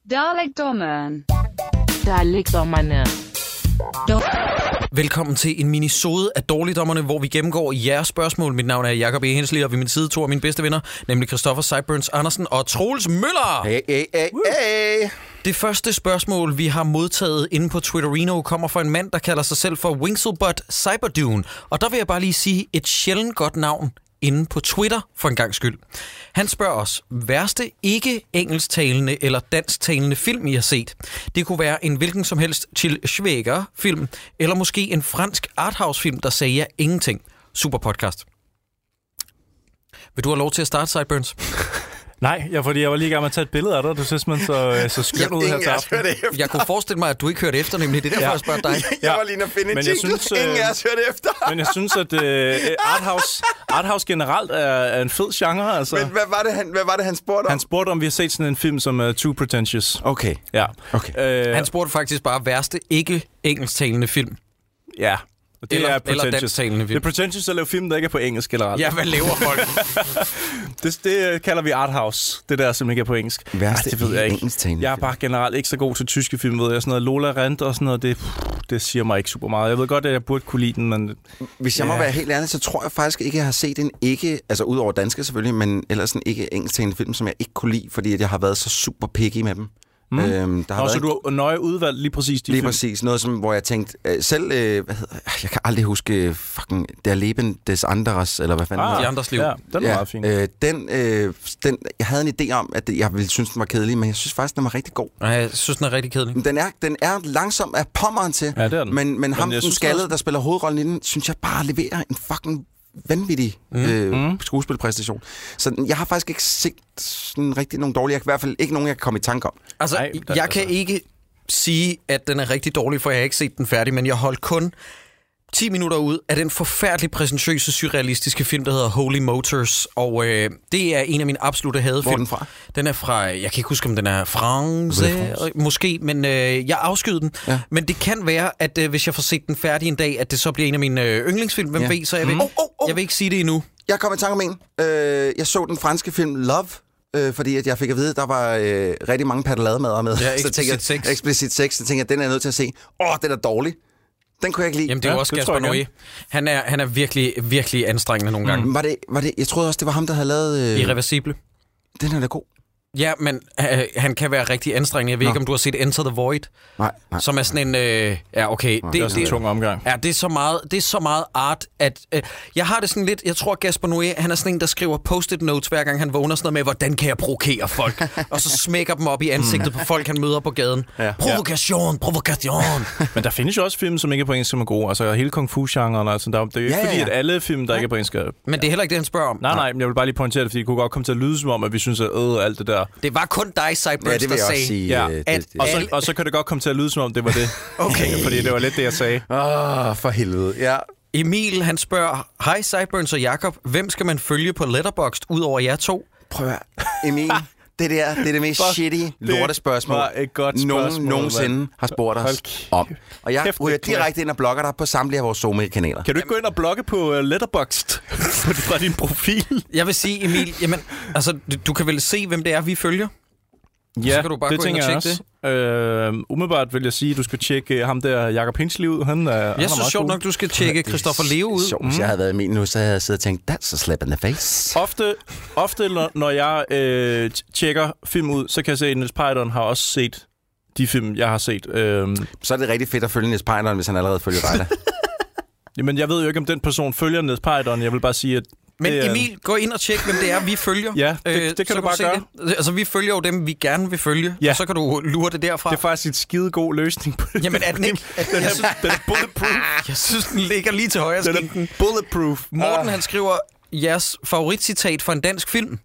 Dalekdommeren. Dalekdommerne. Velkommen til en minisode af Dårligdommerne, hvor vi gennemgår jeres spørgsmål. Mit navn er Jacob E. Hensley, og ved min side to af mine bedste venner, nemlig Christoffer Sideburns Andersen og Troels Møller. Hey. Det første spørgsmål, vi har modtaget inde på Twitterino, kommer fra en mand, der kalder sig selv for Wingselbutt Cyberdune. Og der vil jeg bare lige sige et sjældent godt navn inde på Twitter for en gang skyld. Han spørger os, værste ikke-engelsktalende eller dansktalende film, I har set? Det kunne være en hvilken som helst Til Schweiger-film, eller måske en fransk arthouse-film, der sagde jer ingenting. Super podcast. Vil du have lov til at starte, Sideburns? Nej, fordi jeg var lige i gang med at tage et billede af dig. Du ser simpelthen så skønt ud her til aften. Jeg kunne forestille mig, at du ikke hørte efter, nemlig. Det er derfor, jeg spørger dig. Jeg var lige at finde en jingle. Ingen af os hørte efter. Men jeg synes, at arthouse generelt er en fed genre. Altså. Men hvad var det, han spurgte om? Han spurgte, om vi har set sådan en film som Too Pretentious. Okay. Ja. Okay. Han spurgte faktisk bare værste ikke-engelsktalende film. Ja. Det eller, er Pretentious. Film. Det er Pretentious at lave film, der ikke er på engelsk generelt. Ja, hvad laver folk? det kalder vi arthouse. Det der, som ikke er på engelsk. Værste det ved jeg ikke. Jeg er bare generelt ikke så god til tyske film, ved jeg. Sådan noget Lola Rent og sådan noget, det siger mig ikke super meget. Jeg ved godt, at jeg burde kunne lide den, men... Hvis jeg må være helt ærlig, så tror jeg faktisk ikke, jeg har set en ikke... Altså, udover danske selvfølgelig, men ellers en ikke engelsktalende film, som jeg ikke kunne lide, fordi at jeg har været så super picky med dem. Så du har nøje udvalgt lige præcis de lige film? Præcis. Noget, som, hvor jeg tænkte... selv... jeg kan aldrig huske... Fucking... Der Leben des Anderes, eller hvad fanden De andres liv. Ja, den var meget fin. Den, jeg havde en idé om, at jeg ville synes, den var kedelig, men jeg synes faktisk, den var rigtig god. Nej, jeg synes, den er rigtig kedelig. Den er langsom af pommeren til. Ja, det er den. Men ham, den skaldede, der spiller hovedrollen i den, synes jeg bare leverer en fucking vanvittig skuespilpræstation. Så jeg har faktisk ikke set sådan rigtig nogen dårlige. I hvert fald ikke nogen, jeg kan komme i tanke om. Altså, jeg kan ikke sige, at den er rigtig dårlig, for jeg har ikke set den færdig, men jeg holdt kun 10 minutter ud af den forfærdeligt præsentøse, surrealistiske film, der hedder Holy Motors, og det er en af mine absolutte hadefilm. Hvor er den fra? Den er fra, jeg kan ikke huske, om den er France, måske, men jeg afskyder den. Ja. Men det kan være, at hvis jeg får set den færdig en dag, at det så bliver en af mine yndlingsfilm. Hvem ved, så jeg vil, jeg vil ikke sige det endnu. Jeg kom i tanke om en. Jeg så den franske film Love, fordi at jeg fik at vide, at der var rigtig mange pattelademader med. Ja, explicit sex. Så tænkte jeg, den er jeg nødt til at se. Den er dårlig. Den kunne jeg ikke lide. Jamen, det er jo også Gaspar Noé. Han er virkelig, virkelig anstrengende nogle gange. Var det, jeg troede også, det var ham, der havde lavet... Irreversible. Den er da god. Ja, men han kan være rigtig anstrengende. Jeg ved ikke, om du har set Enter the Void. Nej. Som er sådan en... ja, okay. Det er en tung omgang. Ja, det er så meget art, at... jeg har det sådan lidt... Jeg tror, Gaspar Noé, han er sådan en, der skriver post-it notes, hver gang han vågner sådan noget med, hvordan kan jeg provokere folk? Og så smækker dem op i ansigtet på folk, han møder på gaden. Ja. Provokation! Men der findes jo også film, som ikke er på engelsk, som er gode. Altså hele kung fu-genren. Altså, det er jo ikke fordi, at alle film, der ikke er på engelsk... Men det er heller ikke det, han spørger om. Nej, men jeg vil bare lige pointere det, fordi det kunne godt komme til at lyde som om, at vi synes, at alt det der... Det var kun dig, Cyburns, der sagde. Sige, og så kan det godt komme til at lyde som om, det var det. Okay. Fordi det var lidt det, jeg sagde. For helvede, ja. Emil, han spørger, hej Cyburns og Jacob, hvem skal man følge på Letterboxd, ud over jer to? Prøv at Emil, det er det mest shitty lortespørgsmål, nogen nogensinde har spurgt os om. Og jeg ryger direkte ind og blogger dig på samtlige af vores Zoom-kanaler. Kan du ikke gå ind og blogge på Letterboxd fra din profil? Jeg vil sige, Emil, jamen, altså, du kan vel se, hvem det er, vi følger? Ja, så kan du bare det gå ind og tjekke det. Umiddelbart vil jeg sige, at du skal tjekke ham der, Jacob Hensley ud. Jeg synes sjovt nok, du skal tjekke Christoffer Leo ud. Sjovt, hvis jeg havde været Emil nu, så havde jeg siddet og tænkt, that's a slap in the face. Ofte når jeg tjekker film ud, så kan jeg se, at Niels Python har også set de film, jeg har set. Så er det rigtig fedt at følge Niels Python, hvis han allerede følger dig. Jamen, jeg ved jo ikke, om den person følger Niels Python. Jeg vil bare sige, at... Men Emil, gå ind og tjek, hvem det er, vi følger. Ja, det kan du bare gøre. Altså, vi følger jo dem, vi gerne vil følge, og så kan du lure det derfra. Det er faktisk en skide god løsning på det. Jamen, er den ikke? Den er bulletproof. Jeg synes, den ligger lige til højre skinken. Den er bulletproof. Morten, han skriver, jeres favoritcitat fra en dansk film.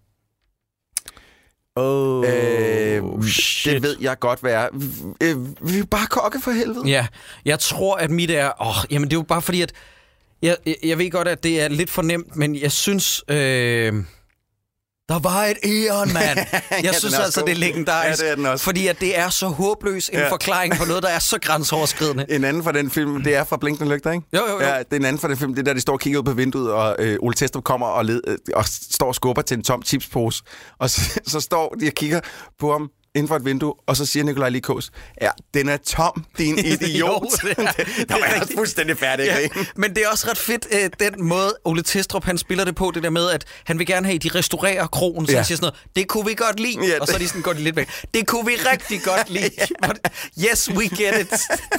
Shit. Det ved jeg godt, hvad er. Vi er bare kokke for helvede. Ja, jeg tror, at mit er... jamen, det er jo bare fordi, at... Jeg ved godt, at det er lidt for nemt, men jeg synes... Der var et æren, mand. Jeg synes altså, det er legendarisk. Ja, det er den også. Fordi at det er så håbløs en forklaring på noget, der er så grænseoverskridende. En anden fra den film, det er fra Blinkende Lygter, ikke? Jo. Ja, det er en anden fra den film, det der, de står og kigger ud på vinduet, og Ole Testrup kommer og står og skubber til en tom chipspose. Og så står de og kigger på ham inden for et vindue, og så siger Nikolaj Likås, ja, den er tom, din idiot. Der var jeg fuldstændig færdig. Ja, men det er også ret fedt, den måde, Ole Testrup, han spiller det på, det der med, at han vil gerne have, de restaurerer krogen, så han siger sådan noget, det kunne vi godt lide, og så er de sådan, går de lidt væk. Det kunne vi rigtig godt lide. Yes, we get it.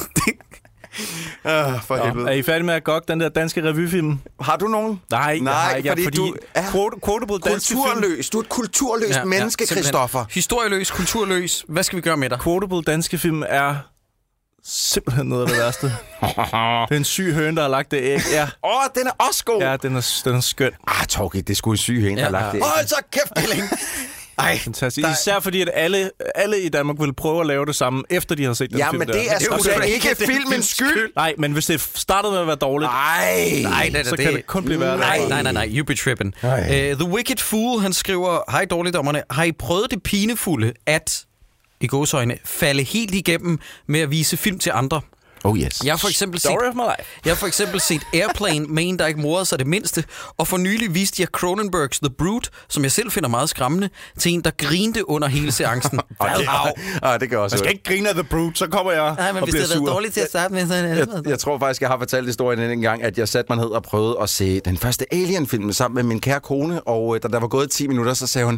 For helvede. Er I færdige med at gokke den der danske revyfilm? Har du nogen? Nej, fordi du er quotable danske kulturløs. Du er et kulturløst menneske, Christoffer. Historieløs, kulturløs. Hvad skal vi gøre med dig? Quotable danske film er simpelthen noget af det værste. Det er en syg høne, der har lagt det æg. Ja. Den er også god. Ja, den er skøn. Torgild, det er sgu en syg høne, der har lagt det æg. Hold så kæft, Gilling! Ej, fantastisk. Især fordi, at alle i Danmark vil prøve at lave det samme, efter de har set den film. Ja, men det er sgu da ikke filmens skyld. Nej, men hvis det startede med at være dårligt, så kan det kun blive værre. Nej, you be tripping. The Wicked Fool, han skriver, hej dårligdommerne, har I prøvet det pinefulde at, i gåseøjne, falde helt igennem med at vise film til andre? Oh yes. Jeg har for eksempel set Airplane med en, der ikke morede sig det mindste, og for nylig viste jeg Cronenbergs The Brute, som jeg selv finder meget skræmmende, til en, der grinte under hele seancen. Det kan også. Man skal ikke grine af The Brute, så kommer jeg Nej, men hvis det har været dårligt til at starte med, så jeg tror faktisk, jeg har fortalt historien en gang, at jeg satte mig ned og prøvede at se den første Alien-film sammen med min kære kone, og da der var gået 10 minutter, så sagde hun,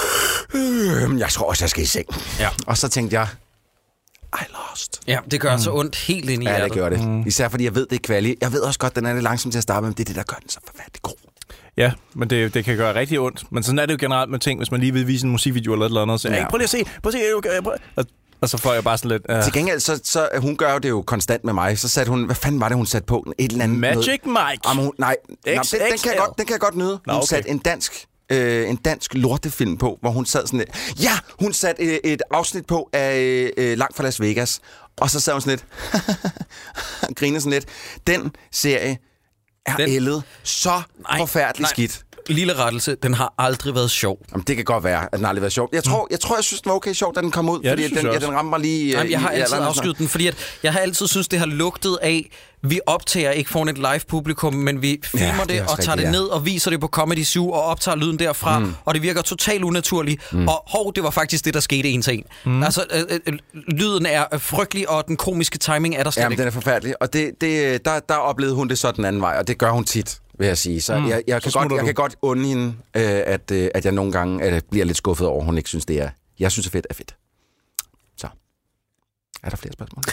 jeg tror også, jeg skal i seng. Ja. Og så tænkte jeg, I lost. Ja, det gør så ondt helt ind i hjertet. Ja, det gør det. Især fordi jeg ved, det er kvalitet. Jeg ved også godt, den er lidt langsom til at starte med, men det er det, der gør den så forfærdelig god. Ja, men det kan gøre rigtig ondt. Men sådan er det jo generelt med ting, hvis man lige vil vise en musikvideo eller et eller andet, så hey, prøv lige at se. Og så får jeg bare sådan lidt... Til gengæld, så hun gør det jo konstant med mig. Så satte hun... Hvad fanden var det, hun satte på? Et eller andet... Magic Mike! Den kan jeg godt nyde. Hun satte en dansk lortefilm på, hvor hun sad sådan lidt... Ja, hun satte et afsnit på af Langt fra Las Vegas. Og så sad hun sådan lidt... griner sådan lidt. Den serie er ældet så forfærdeligt skidt. Lille rettelse, den har aldrig været sjov. Jamen, det kan godt være, at den aldrig har været sjov. Jeg synes, den var okay sjov, da den kom ud, fordi den rammer mig lige... Jamen, jeg har altid afskyet den, fordi jeg har altid synes, det har lugtet af, vi optager ikke foran et live-publikum, men vi filmer det og tager det ned og viser det på Comedy Zoo og optager lyden derfra, og det virker totalt unaturligt. Og det var faktisk det, der skete en til en. Altså, lyden er frygtelig, og den komiske timing er der slet ikke. Jamen, den er forfærdelig, og der oplevede hun det så den anden vej, og det gør hun tit, vil jeg sige. Så jeg kan godt unde hende, at jeg nogle gange bliver lidt skuffet over, hun ikke synes, det er... Jeg synes, det er fedt. Så. Er der flere spørgsmål?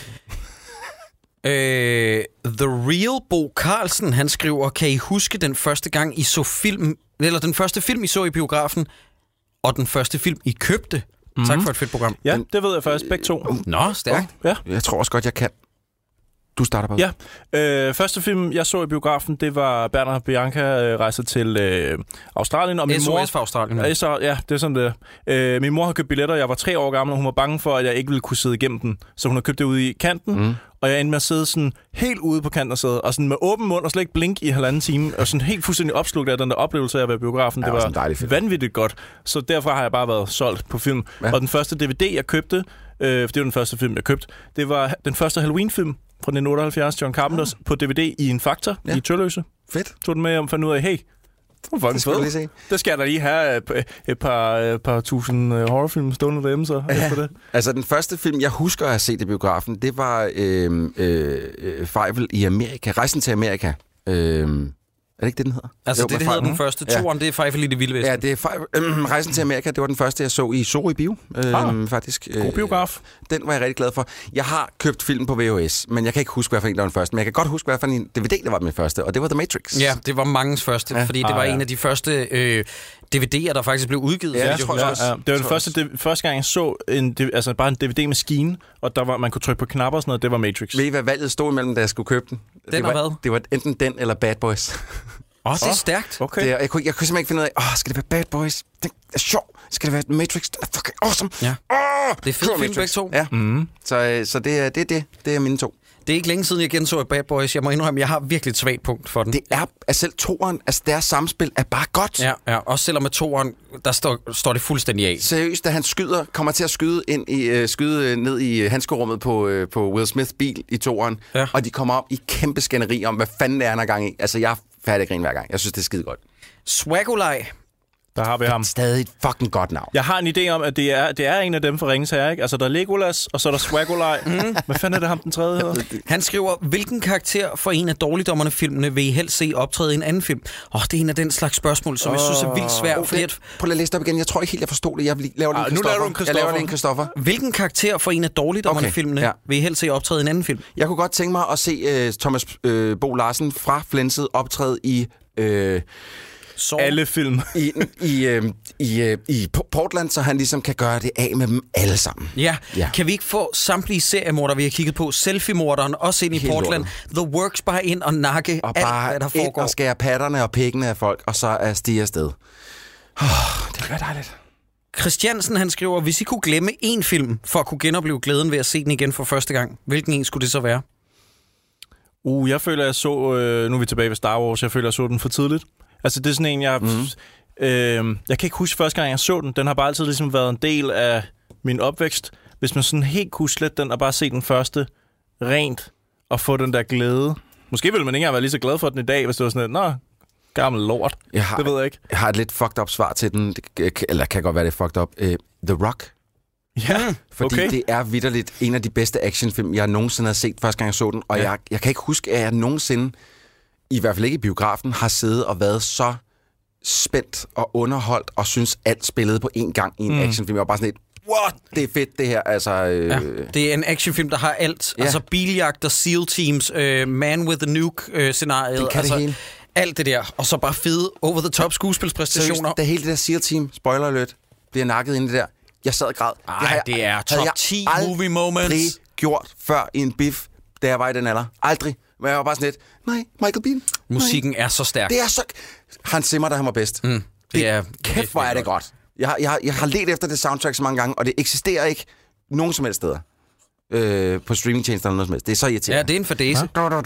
The Real Bo Carlsen, han skriver, kan I huske den første gang I så film, eller den første film I så i biografen, og den første film I købte? Tak for et fedt program. Ja, det ved jeg først begge to. Nå, stærkt. Ja. Jeg tror også godt, jeg kan. Du starter på. Ja. Første film, jeg så i biografen, det var Bernard og Bianca rejser til Australien. Og min mor for Australien. Ja, det er sådan det. Min mor har købt billetter, jeg var 3 år gammel, og hun var bange for, at jeg ikke ville kunne sidde igennem den. Så hun har købt det ude i kanten, og jeg endte med at sidde sådan helt ude på kanten og sidde, og sådan med åben mund og slet ikke blink i 1,5 time, og sådan helt fuldstændig opslugt af den der oplevelse af at være i biografen. Det var vanvittigt godt. Så derfra har jeg bare været solgt på film. Ja. Og den første DVD, jeg købte, for det var den første film, jeg købte, det var den første Halloween-film fra 1978, John Carpenters, på DVD i en Faktor i Tølløse. Fedt. Tog den med og fandt ud af, hey, det skal lige se. Det skal jeg da lige have et par tusind horrorfilm stående derhjemme, så efter det. Altså, den første film, jeg husker at have set i biografen, det var Fievel i Amerika. Rejsen til Amerika. Er det ikke det, den hedder? Altså, det hedder den første. Toren, det er Fievel i det vilde vesten. Ja, det er Rejsen til Amerika. Det var den første, jeg så i Sorø Bio, faktisk. God biograf. Den var jeg rigtig glad for. Jeg har købt film på VHS, men jeg kan ikke huske, hvad for en der var den første. Men jeg kan godt huske, hvad for en DVD, der var den første, og det var The Matrix. Ja, det var mangens første, fordi det var en af de første DVD'er, der faktisk blev udgivet. Ja, det var den første gang, jeg så bare en DVD-maskine, og der var, man kunne trykke på knapper og sådan noget, det var Matrix. Ved I, hvad valget stod imellem, da jeg skulle købe den? Det var enten den eller Bad Boys. Det er stærkt. Okay. Jeg kunne simpelthen ikke finde ud af, skal det være Bad Boys? Det er sjov. Skal det være Matrix? Det er fucking awesome. Ja. Det er fedt film begge to. Ja. Så det er mine to. Det er ikke længe siden, jeg genså Bad Boys. Jeg må indrømme, jeg har virkelig et svagt punkt for den. Det er, at selv toeren, altså deres samspil er bare godt. Ja. Også selvom med toeren, der står det fuldstændig af. Seriøst, da han kommer til at skyde ned i handskerummet på Will Smiths bil i toeren, og de kommer op i kæmpe skænderi om, hvad fanden er han er gang i. Altså, jeg er færdig at grine hver gang. Jeg synes, det er skide godt. Swagolej Der har vi ham. Stadig et fucking godt navn. Jeg har en idé om, at det er en af dem fra Ringens Herre, ikke? Altså, der er Legolas, og så er der Swagolaj. Hvad fanden er det ham, den tredje hedder? Han skriver, hvilken karakter for en af dårligdommerne-filmene vil I helst se optræde i en anden film? Det er en af den slags spørgsmål, som jeg synes er vildt svært. Okay. Prøv lige at læse det op igen. Jeg tror ikke helt, jeg forstod det. Jeg laver det Jeg laver det en Christoffer. Hvilken karakter for en af dårligdommerne-filmene vil I helst se optræde i en anden film? Jeg kunne godt tænke mig at se Thomas Bo Larsen fra Flenset optræde i... alle film. I Portland, så han ligesom kan gøre det af med dem alle sammen. Ja. Kan vi ikke få samtlige seriemordere, vi har kigget på? Selfie-morderen, også ind i helt Portland. The Works, bare ind og nakke og alt, hvad der foregår. Og skære patterne og pikkene af folk, og så er stige afsted. Det er dejligt. Christiansen, han skriver, hvis I kunne glemme én film, for at kunne genopleve glæden ved at se den igen for første gang, hvilken en skulle det så være? Jeg føler, jeg så... nu er vi tilbage ved Star Wars. Jeg føler, jeg så den for tidligt. Altså, det er sådan en, jeg kan ikke huske første gang, jeg så den. Den har bare altid ligesom været en del af min opvækst. Hvis man sådan helt kunne slette den og bare se den første rent og få den der glæde. Måske ville man ikke engang være lige så glad for den i dag, hvis det var sådan et, gammel lort. Det ved jeg ikke. Jeg har et lidt fucked up svar til den. Eller kan godt være, det er fucked up. The Rock. Ja, fordi det er vitterligt en af de bedste actionfilm, jeg nogensinde har set første gang, jeg så den. Og jeg kan ikke huske, at jeg nogensinde, i hvert fald ikke i biografen, har siddet og været så spændt og underholdt, og synes alt spillede på én gang i en actionfilm. Jeg var bare sådan et, what? Det er fedt, det her. Altså, det er en actionfilm, der har alt. Ja. Altså biljagter, SEAL Teams, Man with the Nuke-scenariet. Den kan altså, det hele. Alt det der. Og så bare fede over-the-top skuespilspræstationer. Så det hele det der SEAL Team, spoiler alert, bliver nakket ind i det der. Jeg sad og græd. Det er top 10 movie moments. Aldrig gjort før i en biff, da jeg var i den alder. Aldrig. Men jeg var bare sådan lidt, nej, Michael Biehn. Musikken er så stærk. Det er så... Hans Zimmer, da han var bedst. Det er kæft, hvor er det godt. Jeg har let efter det soundtrack så mange gange, og det eksisterer ikke nogen som helst steder. På streamingtjenester eller noget som helst. Det er så irriterende. Ja, det er en fadese.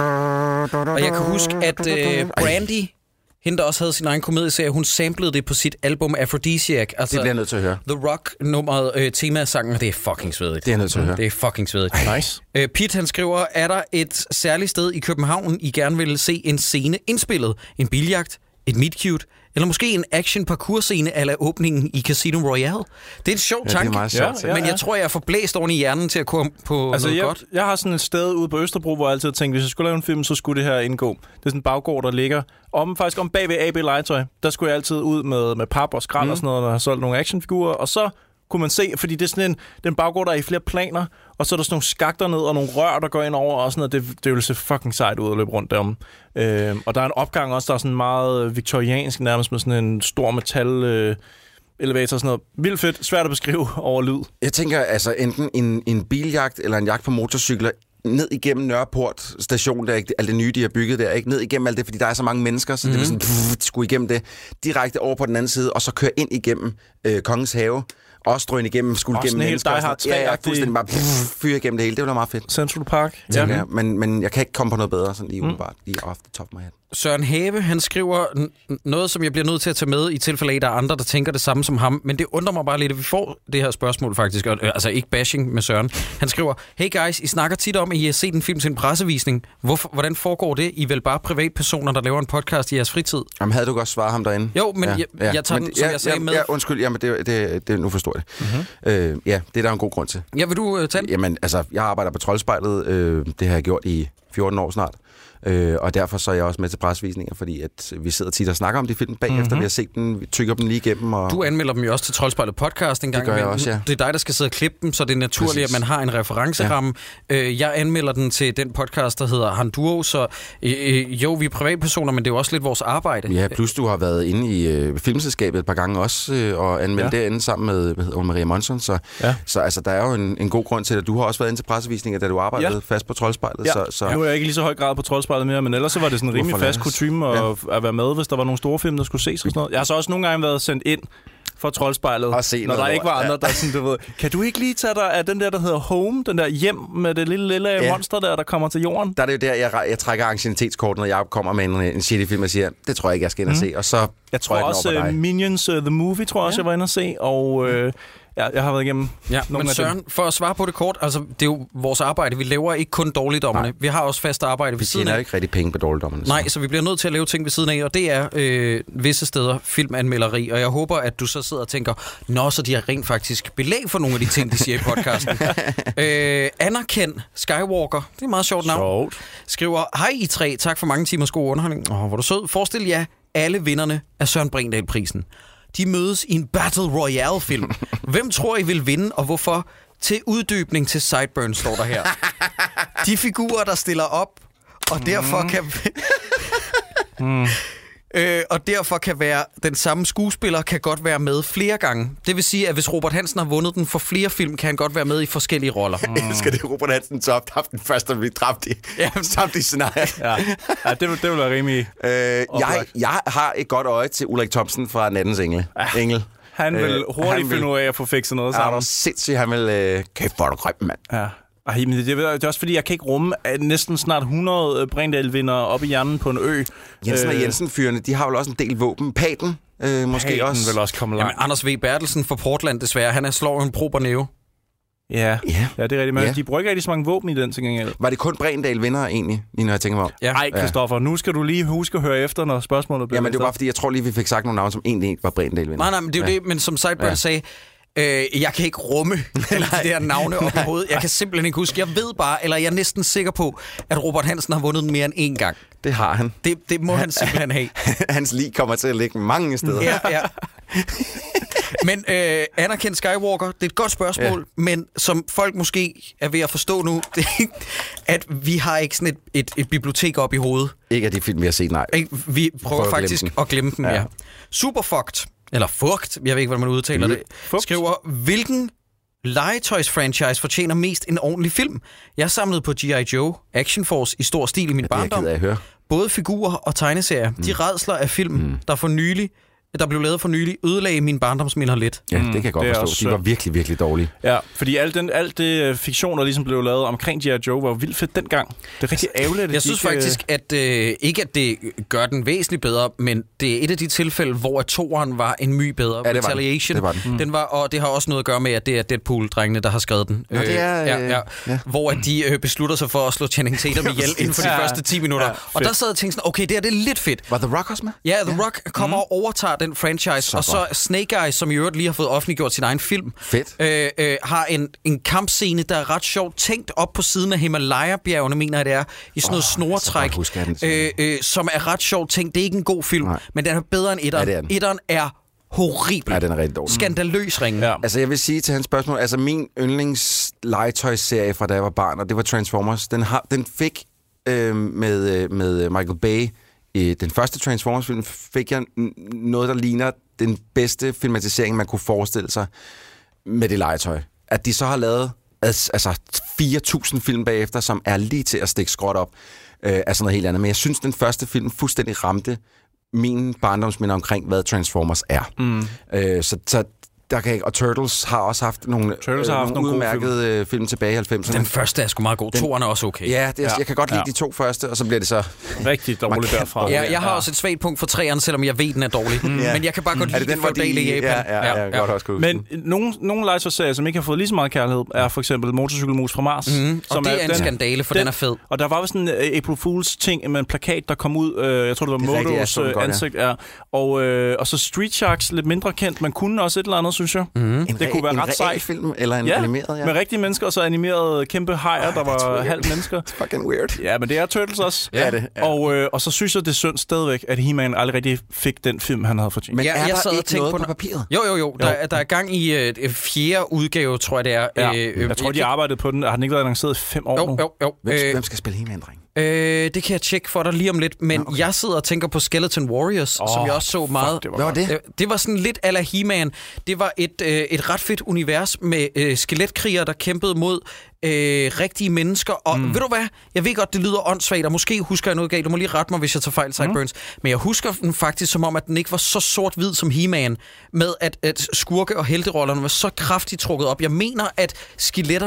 Og jeg kan huske, at Brandy, hende der også havde sin egen komedieserie, hun samplede det på sit album Aphrodisiac. Altså, det bliver jeg nødt til at høre. The Rock-nummeret, temasangen, og det er fucking svedigt. Det er jeg nødt til at høre. Det er fucking svedigt. Nice. Pete, han skriver, er der et særligt sted i København, I gerne vil se en scene indspillet? En biljagt? Et meet cute? Eller måske en action-parkour-scene ala åbningen i Casino Royale? Det er en sjov tanke, det er meget sjovt, men jeg tror, jeg får blæst oven i hjernen til at komme på noget godt. Jeg har sådan et sted ude på Østerbro, hvor jeg altid tænkte, hvis jeg skulle lave en film, så skulle det her indgå. Det er sådan en baggård, der ligger faktisk om bag ved AB Legetøj. Der skulle jeg altid ud med pap og skrald og sådan noget, når jeg har solgt nogle actionfigurer, og så kunne man se, fordi det er sådan den baggård, der er i flere planer, og så er der sådan nogle skakter ned og nogle rør, der går ind over, og sådan noget. Det vil se fucking sejt ud at løbe rundt derom. Og der er en opgang også, der er sådan meget viktoriansk, nærmest med sådan en stor metal elevator og sådan noget. Vildt fedt, svært at beskrive over lyd. Jeg tænker altså enten en biljagt eller en jagt på motorcykler, ned igennem Nørreport station, der ikke alt det nye, de har bygget der, ikke ned igennem alt det, fordi der er så mange mennesker, så det vil sådan, skulle igennem det, direkte over på den anden side, og så køre ind igennem Kongens Have, også drøn igennem, skulle igennem mennesker. Ja, fuldstændig bare fyre igennem det hele. Det var da meget fedt. Central Park. Ja. Men jeg kan ikke komme på noget bedre, sådan lige umiddelbart, lige off the top of my head. Søren Have, han skriver noget, som jeg bliver nødt til at tage med i tilfælde af, at der er andre, der tænker det samme som ham. Men det undrer mig bare lidt, at vi får det her spørgsmål faktisk. Altså ikke bashing med Søren. Han skriver, hey guys, I snakker tit om, at I har set en film til en pressevisning. Hvordan foregår det? I er vel bare privatpersoner, der laver en podcast i jeres fritid? Jamen havde du godt svaret ham derinde? Jo, men jeg tager den, som jeg sagde, med. Ja, undskyld, jamen det nu forstår jeg det. Ja, det er der en god grund til. Ja, vil du tage den? Jamen, altså, jeg arbejder på Troldspejlet. Det har jeg gjort i 14 år snart. Og derfor så er jeg også med til pressevisninger, fordi at vi sidder tit og snakker om de film bagefter, vi har set dem, vi tykker dem lige igennem. Og du anmelder dem jo også til Troldspejlet podcast en gang. Det gør jeg også, ja. Det er dig, der skal sidde og klippe dem, så det er naturligt, at man har en referenceramme. Ja. Jeg anmelder den til den podcast, der hedder Handuo, så jo, vi er privatpersoner, men det er jo også lidt vores arbejde. Ja, plus du har været inde i filmselskabet et par gange også, og anmeldt derinde sammen med Maria Monson, så altså, der er jo en god grund til, at du har også været inde til pressevisninger, da du arbejdede fast på Troldspejlet. Så nu er jeg ikke lige så høj grad på Troldspejlet mere, men ellers så var det sådan en rimelig fast kutyme at være med, hvis der var nogle store film, der skulle ses og sådan noget. Jeg har så også nogle gange været sendt ind for Troldspejlet, når der ikke var andre, der sådan, du ved, kan du ikke lige tage dig af den der hedder Home, den der hjem med det lille monster der kommer til jorden? Der er det jo der, jeg trækker anciennitetskortet, når jeg kommer med en shitty film og siger, det tror jeg ikke, jeg skal ind og se, og så jeg tror også Minions The Movie, tror jeg også, jeg var inde og se, og Ja, jeg har været igennem nogle men af Søren, dem. for at svare på det kort, altså det er jo vores arbejde. Vi laver ikke kun dårligdommerne. Vi har også fast arbejde ved siden af. Vi tjener ikke rigtig penge på dårligdommerne. Nej, så vi bliver nødt til at lave ting ved siden af, og det er visse steder filmanmelderi. Og jeg håber, at du så sidder og tænker, nå, så de har rent faktisk belæg for nogle af de ting, de siger i podcasten. Anerkend Skywalker, det er et meget sjovt navn. Skriver, hej I tre, tak for mange timers god underholdning. Hvor du sød. Forestil jer alle vinderne af Søren Brindahl-prisen. De mødes i en Battle Royale-film. Hvem tror I vil vinde, og hvorfor? Til uddybning til Sideburns, står der her. De figurer, der stiller op, og derfor kan... og derfor kan være den samme skuespiller, kan godt være med flere gange. Det vil sige, at hvis Robert Hansen har vundet den for flere film, kan han godt være med i forskellige roller. Skal det Robert Hansen så haft den første, der bliver dræbt i samtlige scenarier? Ja, det vil være rimelig... Jeg har et godt øje til Ulrik Thomsen fra Nattens Engel. Han vil hurtigt finde ud af at få fikset noget sammen. Ja, sindssygt, han vil... Kæft, hvor er du grøn, mand. Ja. Ej, men det er også fordi, jeg kan ikke rumme næsten snart 100 Brindahl-vindere op i hjernen på en ø. Jensen og Jensen-fyrene, de har vel også en del våben. Paten, måske Paten også. vil også komme langt. Jamen, Anders V. Bertelsen fra Portland, desværre. Han slår en prober næve. Ja, det er rigtigt. Men de bruger ikke rigtig så mange våben i den til gengæld. Var det kun Brindahl vinder egentlig, lige når jeg tænker mig om? Nej, Christoffer, nu skal du lige huske at høre efter, når spørgsmålet bliver men det var bare fordi, jeg tror lige, vi fik sagt nogle navne, som egentlig ikke var Brindahl vinder. Nej, men det er jo det, men som Sideburn sagde, jeg kan ikke rumme alle de der navne op i hovedet. Jeg kan simpelthen ikke huske. Jeg ved bare, eller jeg er næsten sikker på, at Robert Hansen har vundet den mere end én gang. Det har han. Det må han simpelthen have. Hans lig kommer til at ligge mange steder. Ja. Men anerkendt Skywalker, det er et godt spørgsmål, men som folk måske er ved at forstå nu, det er, at vi har ikke sådan et bibliotek op i hovedet. Ikke af de film, vi har set, nej. Vi prøver faktisk at glemme dem, ja. Superfucked, eller Fugt, jeg ved ikke, hvordan man udtaler det, skriver, hvilken legetøjsfranchise fortjener mest en ordentlig film? Jeg samlede på G.I. Joe, Action Force i stor stil i min barndom. Det er jeg ked af at høre. Både figurer og tegneserier. De rædsler af film, der blev lavet for nylig, ødelagde min barndomsminder lidt. Ja, det kan jeg godt forstå. De var virkelig, virkelig dårlige. Ja, fordi alt det fiktion, der ligesom blev lavet omkring G.I. Joe, var vildt fedt dengang. Det er rigtig ærgerligt. Jeg synes faktisk, at ikke at det gør den væsentligt bedre, men det er et af de tilfælde, hvor toeren var en my bedre. Ja, Retaliation. Det var den. Den var, og det har også noget at gøre med, at det er Deadpool-drengene, der har skrevet den. Nå, det er, hvor at de beslutter sig for at slå Channing Tatum ihjel inden for de første 10 minutter. Og der sad jeg og tænkte sådan, okay, det er lidt fedt. Var The Rock også med? Ja, The Rock kommer og overtager den franchise, og så Snake Eyes, som i øvrigt lige har fået offentliggjort sin egen film, har en kampscene, der er ret sjovt tænkt op på siden af Himalaya-bjergene, mener jeg det er, i sådan noget snoretræk, som er ret sjovt tænkt. Det er ikke en god film, men den er bedre end etteren. Ja, etteren er horribel. Ja, den er rigtig dårlig. Skandaløs ringe. Ja. Altså, jeg vil sige til hans spørgsmål, altså min yndlingslegetøjsserie fra da jeg var barn, og det var Transformers, den fik med Michael Bay, i den første Transformers-film fik jeg noget, der ligner den bedste filmatisering, man kunne forestille sig med det legetøj. At de så har lavet 4.000 film bagefter, som er lige til at stikke skråt op af sådan noget helt andet. Men jeg synes, den første film fuldstændig ramte mine barndomsminder omkring, hvad Transformers er. Så der kan ikke, og Turtles har også haft nogle udmærkede film tilbage i 90'erne. Den første er sgu meget god. Toeren er også okay. Ja, jeg kan godt lide de to første, og så bliver det så rigtig dårligt derfra. Ja, jeg har også et svagt punkt for træerne, selvom jeg ved, den er dårlig. Men jeg kan bare godt lide det feudale i Japan. Ja, godt også. Men nogle legetøjsserier, som ikke har fået lige så meget kærlighed, er for eksempel Motorcykelmus fra Mars. Og det er en skandale, for den er fed. Og der var jo sådan en April Fools ting med en plakat, der kom ud. Jeg tror, det var Motos ansigt. Og så Street Sharks, lidt mindre kendt, men kunne også et eller andet, synes jeg. Det kunne være ret sejt. Film eller en animeret, med rigtige mennesker, og så animerede kæmpe hajer, der var halv mennesker. It's fucking weird. Ja, men det er Turtles også. Ja, det. Ja. Og så synes jeg, det er synd stadigvæk, at He-Man aldrig rigtig fik den film, han havde fortjent. Men jeg sad og tænkte på papiret? Jo. Der er gang i fjerde udgave, tror jeg det er. Ja. Jeg tror, de arbejdede på den. Har den ikke været annonceret i 5 år nu? Jo. Hvem skal spille He-Man, dreng? Det kan jeg tjekke for dig lige om lidt, men jeg sidder og tænker på Skeleton Warriors, som jeg også så meget. Hvad var det? Det var sådan lidt a la He-Man. Det var et ret fedt univers med skeletkrigere, der kæmpede mod rigtige mennesker. Og ved du hvad? Jeg ved godt, det lyder åndssvagt, og måske husker jeg noget galt. Du må lige rette mig, hvis jeg tager fejl, Sideburns. Men jeg husker den faktisk som om, at den ikke var så sort-hvid som He-Man, med at skurke- og helterollerne var så kraftigt trukket op. Jeg mener, at skeletterne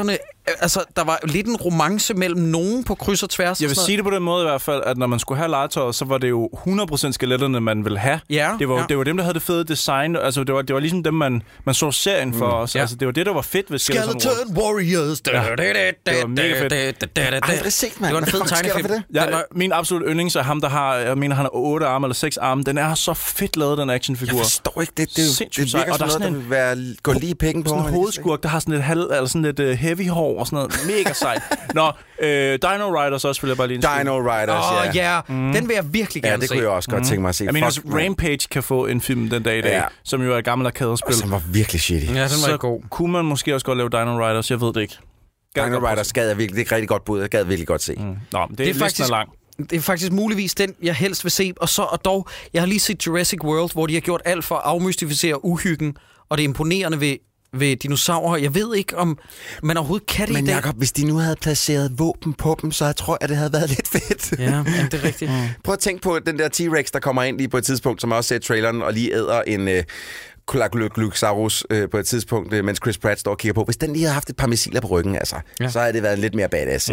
altså, der var lidt en romance mellem nogen på kryds og tværs. Jeg vil sige det på den måde i hvert fald, at når man skulle have legetøjet, så var det jo 100% skeletterne, man ville have. Ja, det var dem, der havde det fede design. Altså, det var ligesom dem, man så serien for os. Ja. Altså, det var det, der var fedt ved Skeleton Warriors. Ja. Det var mega fedt. Aldrig set, mand. Det var en fed tegnefilm. Min absolut yndlings er ham, der har, jeg mener, han har 8 arme eller 6 arme. Den er så fedt lavet, den actionfigur. Jeg forstår ikke det. Det virker og der sådan noget, der vil gå lige i pækken på. Sådan en hovedskurk, der har sådan lidt heavy hår og sådan noget. Mega sejt. Nå, Dino Riders også, vil jeg bare lige Dino Riders, ja. Den vil jeg virkelig gerne se. Ja, det kunne jeg også godt tænke mig at se. Jeg mener også, Rampage kan få en film den dag i dag, som jo er et gammelt arkadespil. Som var virkelig shitty. Ja, den var god. Kunne man måske også godt lave Dino Riders, jeg ved det ikke. Dino Riders gad jeg virkelig, det er et rigtig godt bud. Jeg gad virkelig godt se. Nå, det er faktisk lang. Det er faktisk muligvis den, jeg helst vil se. Og dog, jeg har lige set Jurassic World, hvor de har gjort alt for at afmystificere uhyggen, og det er imponerende ved dinosaurer. Jeg ved ikke, om man overhovedet kan det i dag. Men Jacob, hvis de nu havde placeret våben på dem, så tror jeg, det havde været lidt fedt. Ja, det er rigtigt. Prøv at tænke på den der T-Rex, der kommer ind lige på et tidspunkt, som også ser traileren, og lige æder en Colossaurus på et tidspunkt, mens Chris Pratt står og kigger på. Hvis den lige havde haft et par missiler på ryggen, så havde det været lidt mere badass.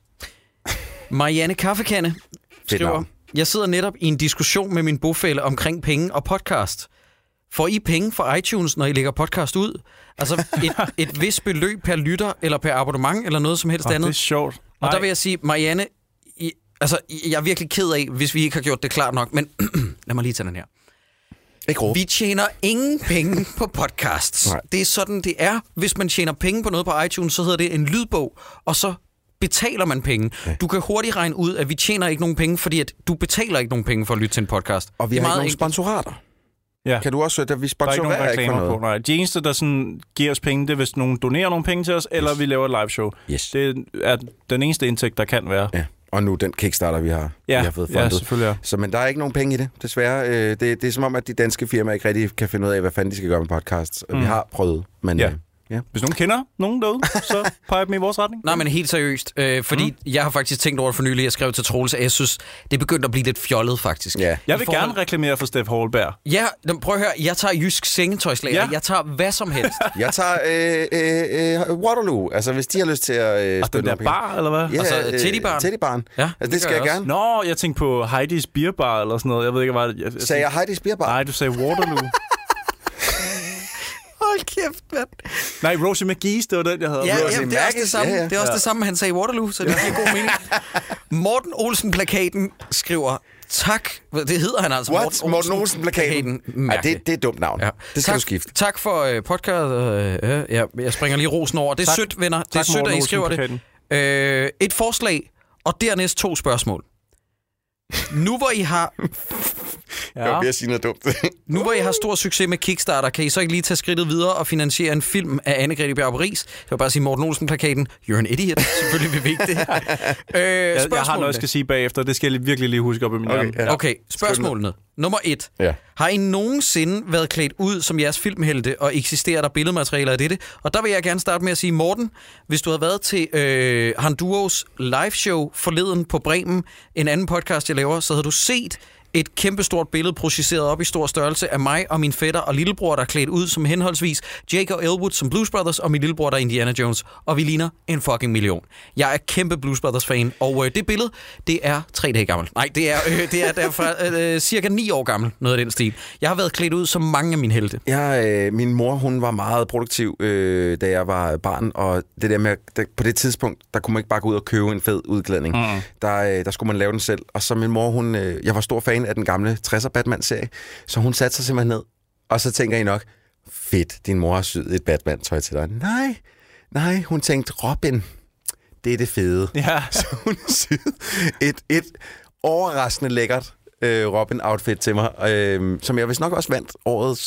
Marianne Kaffekande skriver, jeg sidder netop i en diskussion med min bofælle omkring penge og podcast. Får I penge fra iTunes, når I lægger podcast ud? Altså et vist beløb per lytter, eller per abonnement, eller noget som helst andet? Det er sjovt. Og der vil jeg sige, Marianne, jeg er virkelig ked af, hvis vi ikke har gjort det klart nok, men lad mig lige tage den her. Vi tjener ingen penge på podcasts. Nej. Det er sådan, det er. Hvis man tjener penge på noget på iTunes, så hedder det en lydbog, og så betaler man penge. Ja. Du kan hurtigt regne ud, at vi tjener ikke nogen penge, fordi at du betaler ikke nogen penge for at lytte til en podcast. Og vi har ikke nogen sponsorater. Ja. Kan du også høre, at vi sponsorerer ikke for noget? På, nej. De eneste, der sådan giver os penge, det er, hvis nogen donerer nogle penge til os, eller vi laver et live show. Yes. Det er den eneste indtægt, der kan være. Ja. Og nu den Kickstarter, vi har fået fundet. Ja, selvfølgelig. Så, men der er ikke nogen penge i det, desværre. Det er som om, at de danske firmaer ikke rigtig kan finde ud af, hvad fanden de skal gøre med podcasts. Vi har prøvet, men... Ja. Hvis nogen kender nogen derude, så peger dem i vores retning. Nej, men helt seriøst. Fordi jeg har faktisk tænkt over det for nylig, jeg skrev til Troels, at jeg synes, det er begyndt at blive lidt fjollet, faktisk. Ja. Jeg vil gerne reklamere for Steff Holberg. Ja, prøv at høre. Jeg tager Jysk Sengetøjslager. Ja. Jeg tager hvad som helst. Jeg tager Waterloo. Altså, hvis de har lyst til at spille den der bar, eller hvad? Ja, altså, Teddybaren. Ja, altså, det skal jeg gerne. Nå, jeg tænkte på Heidi's Beer Bar, eller sådan noget. Jeg ved ikke, hvad... Sagde jeg Heidi's Beer Bar? Nej, du sagde Waterloo. Hold kæft, mand. Nej, Rosie McGee's, det var den, jeg havde. Ja, det er også det samme. Det er også det samme, han sagde i Waterloo, så det giver god mening. Morten Olsen-plakaten skriver, tak. Det hedder han altså. What? Morten Olsen-plakaten? Ja, det er et dumt navn. Ja. Det skal du skifte. Tak for podcast. Jeg springer lige rosen over. Det er sødt, venner. Det er sødt, at I skriver det. Et forslag, og dernæst 2 spørgsmål. Nu hvor I har... Jeg vil sige noget dumt. Nu hvor I har stor succes med Kickstarter, kan I så ikke lige tage skridtet videre og finansiere en film af Anne-Grethe Bjarup-Riis? Jeg vil bare sige Morten Olsen-plakaten. You're an idiot. Selvfølgelig vil vi ikke det. Jeg har noget, jeg skal sige bagefter. Det skal jeg virkelig lige huske op i min hjerne. Okay, spørgsmålene. Nummer 1. Ja. Har I nogensinde været klædt ud som jeres filmhelte, og eksisterer der billedmaterialer af dette? Og der vil jeg gerne starte med at sige, Morten, hvis du havde været til Handuos liveshow forleden på Bremen, en anden podcast, jeg laver, så havde du set et kæmpestort billede projiceret op i stor størrelse af mig og min fætter og lillebror, der er klædt ud som henholdsvis Jake og Elwood som Blues Brothers, og min lillebror, der er Indiana Jones. Og vi ligner en fucking million. Jeg er kæmpe Blues Brothers-fan, og det billede, det er 3 dage gammelt. Nej, det er derfra cirka 9 år gammel, noget af den stil. Jeg har været klædt ud som mange af mine helte. Min mor, hun var meget produktiv, da jeg var barn, og det der med, på det tidspunkt, der kunne man ikke bare gå ud og købe en fed udklædning. Der skulle man lave den selv. Og så min mor, jeg var stor fan af den gamle 60'er Batman-serie, så hun satte sig simpelthen ned, og så tænker I nok, fedt, din mor har syet et Batman-tøj til dig. Nej, hun tænkte, Robin, det er det fede. Ja. Så hun syede et overraskende lækkert Robin-outfit til mig, som jeg vist nok også vandt årets,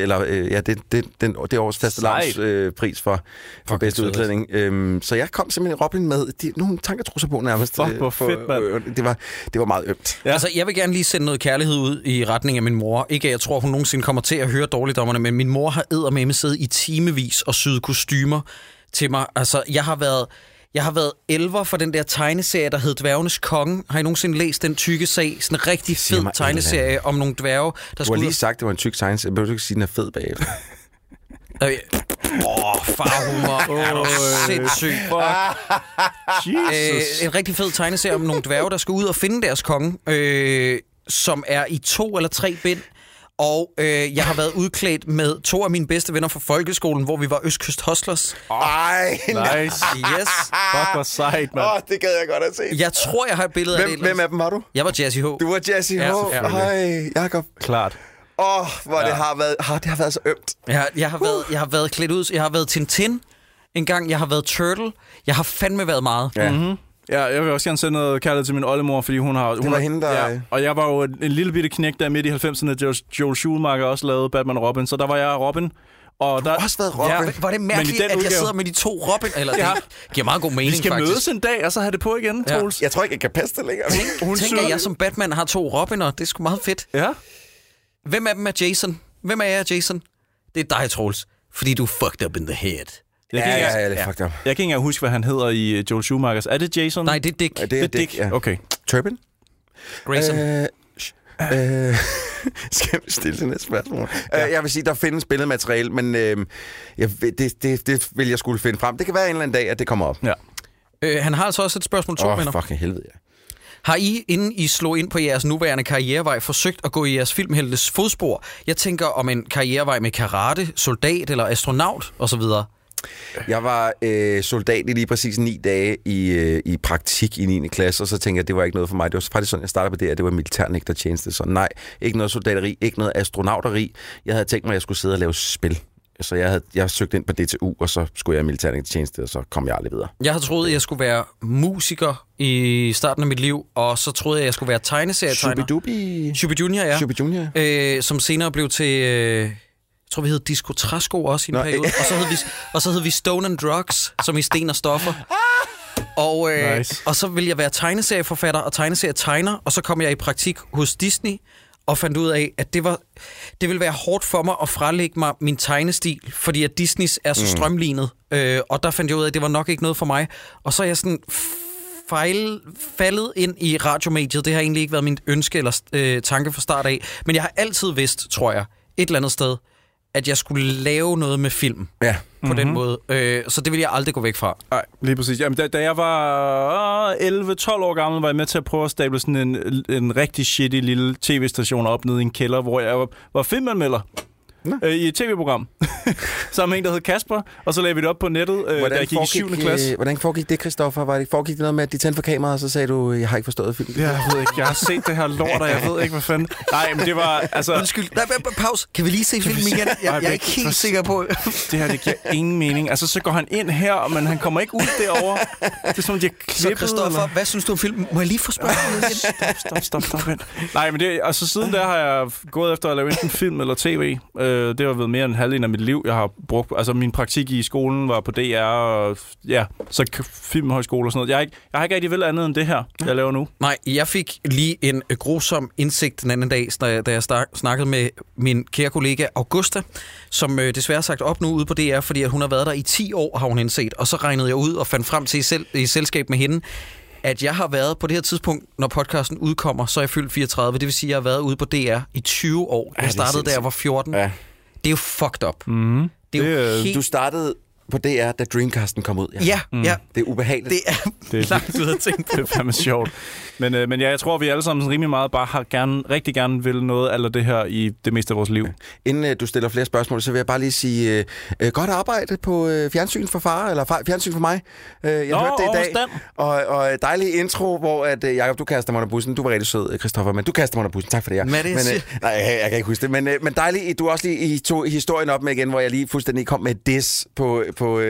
det års fastelavnspris for bedste udklædning. Så jeg kom simpelthen Robin med nogle tanketrusser på nærmest. Hvor fedt, mand. Det var meget ømt. Ja. Altså, jeg vil gerne lige sende noget kærlighed ud i retning af min mor. Ikke at jeg tror, hun nogensinde kommer til at høre dårligdommerne, men min mor har eddermame siddet i timevis og syet kostymer til mig. Altså, jeg har været elver for den der tegneserie, der hed Dværgenes Konge. Har I nogensinde læst den tykke sag? Sådan en rigtig fed tegneserie om nogle dværge, der skulle... Du har lige sagt, det var en tyk tegneserie. Bør du ikke sige, den er fed bagefter? Farhumor. Er du sindssyg. En rigtig fed tegneserie om nogle dværge, der skal ud og finde deres konge, som er i 2 eller 3 bind. Og jeg har været udklædt med 2 af mine bedste venner fra folkeskolen, hvor vi var Østkyst Hustlers. Ej, nice. Yes. Fuck, hvor sejt, mand. Det gad jeg godt at se. Jeg tror, jeg har et billede af det. Hvem af dem var du? Jeg var Jazzy H. Du var Jazzy H. Hej, Jacob. Klart. Hvor det har været så ømt. Jeg har været klædt ud. Jeg har været Tintin en gang. Jeg har været Turtle. Jeg har fandme været meget. Ja. Mm-hmm. Ja, jeg vil også gerne sende noget kærlighed til min oldemor, fordi hun har... Det var hende, der... Ja, og jeg var jo en lille bitte knæk der midt i 90'erne. Joel Schumacher også lavede Batman og Robin, så der var jeg Robin. Og du har også været Robin. Ja, var det mærkeligt, at jeg sidder med de 2 Robin? Eller det giver meget god mening, faktisk. Vi skal mødes en dag, og så have det på igen, Troels. Jeg tror ikke, jeg kan passe det længere. Tænk, at jeg som Batman har 2 Robiner. Det er sgu meget fedt. Ja. Hvem af dem er Jason? Hvem er jeg, Jason? Det er dig, Troels. Fordi du er fucked up in the head. Jeg er lidt fucked up. Jeg kan ikke engang huske, hvad han hedder i Joel Schumachers. Er det Jason? Nej, det er Dick. Ja, det er Dick, ja. Okay. Turpin? Grayson. Skal vi stille til næste spørgsmål? Jeg vil sige, der findes billedmateriale, men det vil jeg skulle finde frem. Det kan være en eller anden dag, at det kommer op. Ja. Han har altså også et spørgsmål 2, venner. Fucking helvede, ja. Har I, inden I slog ind på jeres nuværende karrierevej, forsøgt at gå i jeres filmheltes fodspor? Jeg tænker om en karrierevej med karate, soldat eller astronaut osv. Jeg var soldat i lige præcis 9 dage i praktik i 9. klasse, og så tænkte jeg, at det var ikke noget for mig. Det var faktisk sådan, jeg startede på det, at det var militærnægtertjeneste. Så nej, ikke noget soldateri, ikke noget astronauteri. Jeg havde tænkt mig, at jeg skulle sidde og lave spil. Så jeg søgte ind på DTU, og så skulle jeg i militærnægtertjeneste, og så kom jeg aldrig videre. Jeg havde troet, at jeg skulle være musiker i starten af mit liv, og så troede jeg, at jeg skulle være tegneserietegner. Shubi Junior, ja. Shubi Junior. Som senere blev til... Jeg tror, vi hed Disco Træsko også i en periode. Og så hed vi Stone and Drugs, som i sten og stoffer. Og så ville jeg være tegneserieforfatter og tegneserietegner, og så kom jeg i praktik hos Disney, og fandt ud af, at det ville være hårdt for mig at frelægge mig min tegnestil, fordi at Disneys er så strømlignet. Og der fandt jeg ud af, at det var nok ikke noget for mig. Og så er jeg sådan faldet ind i radiomediet. Det har egentlig ikke været min ønske eller tanke fra start af. Men jeg har altid vidst, tror jeg, et eller andet sted, at jeg skulle lave noget med film på den måde. Så det vil jeg aldrig gå væk fra. Nej, lige præcis. Jamen, da jeg var 11-12 år gammel, var jeg med til at prøve at stable sådan en rigtig shitty lille tv-station op nede i en kælder, hvor jeg var filmanmelder. I et tv-program. Sammen med en, der hed Kasper, og så lagde vi det op på nettet, da jeg gik i 7. klasse. Hvordan foregik det, Christoffer? Foregik det noget med, at de tændte for kameraet, og så sagde du, jeg har ikke forstået filmen? Jeg ved ikke, jeg har set det her lort, og jeg ved ikke, hvad fanden. Nej, men det var, altså... Undskyld, pause. Kan vi lige se filmen igen? Jeg er ikke helt sikker på... Det her, det giver ingen mening. Altså, så går han ind her, men han kommer ikke ud derovre. Det er som, de har klippet... Så Christoffer, hvad synes du om filmen? Må jeg lige få spørgsmålet igen? Stop. Nej, men det... Altså, siden der har jeg gået efter at lave enten film eller tv. Det har været mere end halvdelen af mit liv, jeg har brugt. Altså, min praktik i skolen var på DR, og så filmhøjskole og sådan noget. Jeg har ikke rigtig vel andet end det her, jeg laver nu. Nej, jeg fik lige en grusom indsigt den anden dag, da jeg snakkede med min kære kollega Augusta, som desværre har sagt op nu ude på DR, fordi hun har været der i 10 år, har hun indset. Og så regnede jeg ud og fandt frem til i selskab med hende, at jeg har været på det her tidspunkt, når podcasten udkommer, så er jeg fyldt 34. Det vil sige, at jeg har været ude på DR i 20 år. Jeg startede, da jeg var 14. Ja. Det er jo fucked up. Mm-hmm. Det er jo helt... Du startede på DR, da Dreamcasten kom ud. Ja. Det er ubehageligt. Det er langt ud af ting. Det er fandme sjovt. Men ja, jeg tror, vi alle sammen rimelig meget bare har rigtig gerne vil noget eller det her i det meste af vores liv. Inden du stiller flere spørgsmål, så vil jeg bare lige sige, godt arbejde på fjernsyn for far, eller fjernsyn for mig. Jeg hørte det i dag. Og dejlig intro, hvor at Jacob, du kaster mig under bussen. Du var rigtig sød, Christoffer, men du kaster mig under bussen. Tak for det, ja. Nej, jeg kan ikke huske det. Men dejligt, du også lige tog historien op med igen, hvor jeg lige fuldstændig kom med diss på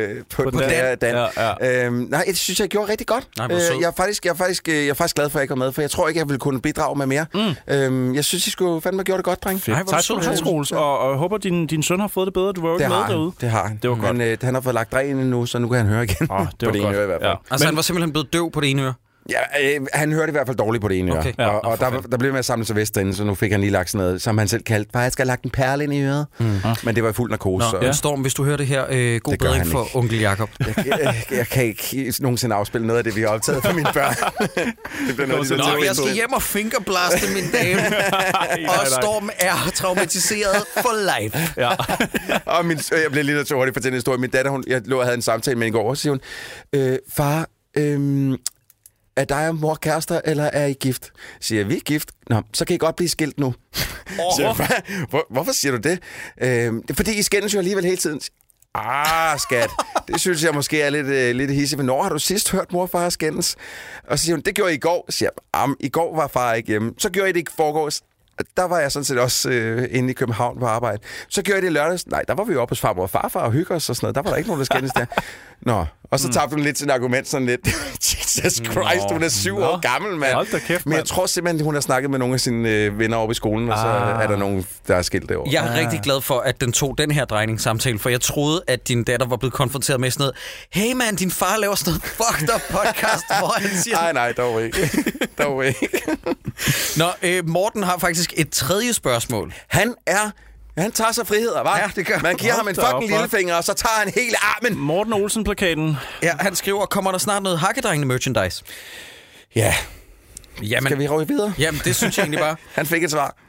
Dan. Ja. Nej, det synes jeg gjorde rigtig godt. Nej, jeg er faktisk glad for, at jeg ikke var med, for jeg tror ikke, jeg ville kunne bidrage med mere. Jeg synes, I skulle fandme gjort det godt, dreng. Tak skal du have, Troels. Og jeg håber, din søn har fået det bedre. Du var jo ikke med derude. Det har han. Det var godt. Men han har fået lagt dræn nu, så nu kan han høre igen. Det var på det ene øre i hvert fald. Altså, han var simpelthen blevet døv på det ene øre. Ja, han hørte i hvert fald dårligt på det ene øre. Okay. Og der blev med at samle sig vest derinde, så nu fik han lige lagt sådan noget, som han selv kaldte, jeg skal have lagt en perle ind i øret. Men det var i fuld narkose. Storm, hvis du hører det her, god bedring for onkel Jakob. Jeg kan ikke nogensinde afspille noget af det, vi har optaget for mine børn. Det bliver noget, jeg skal hjem og fingerblaste min dame. Og Storm er traumatiseret for life. Ja. Og jeg blev lige nødt til hurtigt for den historie. Min datter, jeg lå og havde en samtale med hende i går, og så siger hun, far, er dig og mor kærester, eller er I gift? Siger jeg, vi er gift. Nå, så kan I godt blive skilt nu. Hvorfor siger du det? Det er fordi, I skændes jo alligevel hele tiden. Skat. Det synes jeg måske er lidt hissigt. Hvornår har du sidst hørt mor og far skændes? Og så siger hun, det gjorde I går. Så siger jeg, i går var far ikke hjemme. Så gjorde I det ikke forgårs. Der var jeg sådan set også inde i København på arbejde. Så gjorde jeg det lørdags. Nej, der var vi jo oppe hos farmor og farfar og hygge os og sådan noget. Der var der ikke nogen, der skændes der. Nå, og så tabte hun lidt sin argument sådan lidt. Jesus Christ, hun er 7 år gammel, mand. Hold da kæft, men jeg tror simpelthen, hun har snakket med nogle af sine venner oppe i skolen, og så er der nogen, der er skilt derovre. Jeg er rigtig glad for, at den tog den her drejningssamtale, for jeg troede, at din datter var blevet konfronteret med sådan noget. Hey man, din far laver sådan noget fucked up podcast, hvor han siger... Nej, dog ikke. Nå, Morten har faktisk et tredje spørgsmål. Han tager sig friheder, hva'? Ja, det gør man giver ham en fucking lillefinger, og så tager han hele armen. Morten Olsen-plakaten. Ja, han skriver, kommer der snart noget Hakkedrengene-merchandise? Ja. Jamen, skal vi røve videre? Jamen, det synes jeg egentlig bare. Han fik et svar.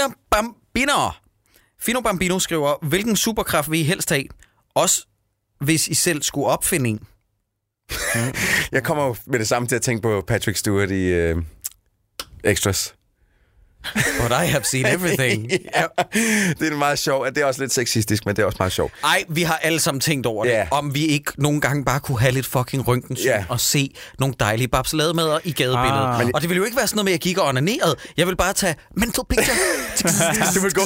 Fino Bambino skriver, hvilken superkraft vil I helst have? Også hvis I selv skulle opfinde en. Jeg kommer jo med det samme til at tænke på Patrick Stewart i Extras. But I have seen everything. Ja. Det er meget sjovt. Det er også lidt sexistisk, men det er også meget sjovt. Ej, vi har alle sammen tænkt over det. Om vi ikke nogle gange bare kunne have lidt fucking røntgensyn og se nogle dejlige babsalademader i gadebilledet. Og det ville jo ikke være sådan noget med, at jeg gik og onanerede. Jeg vil bare tage mental picture. Du vil gå.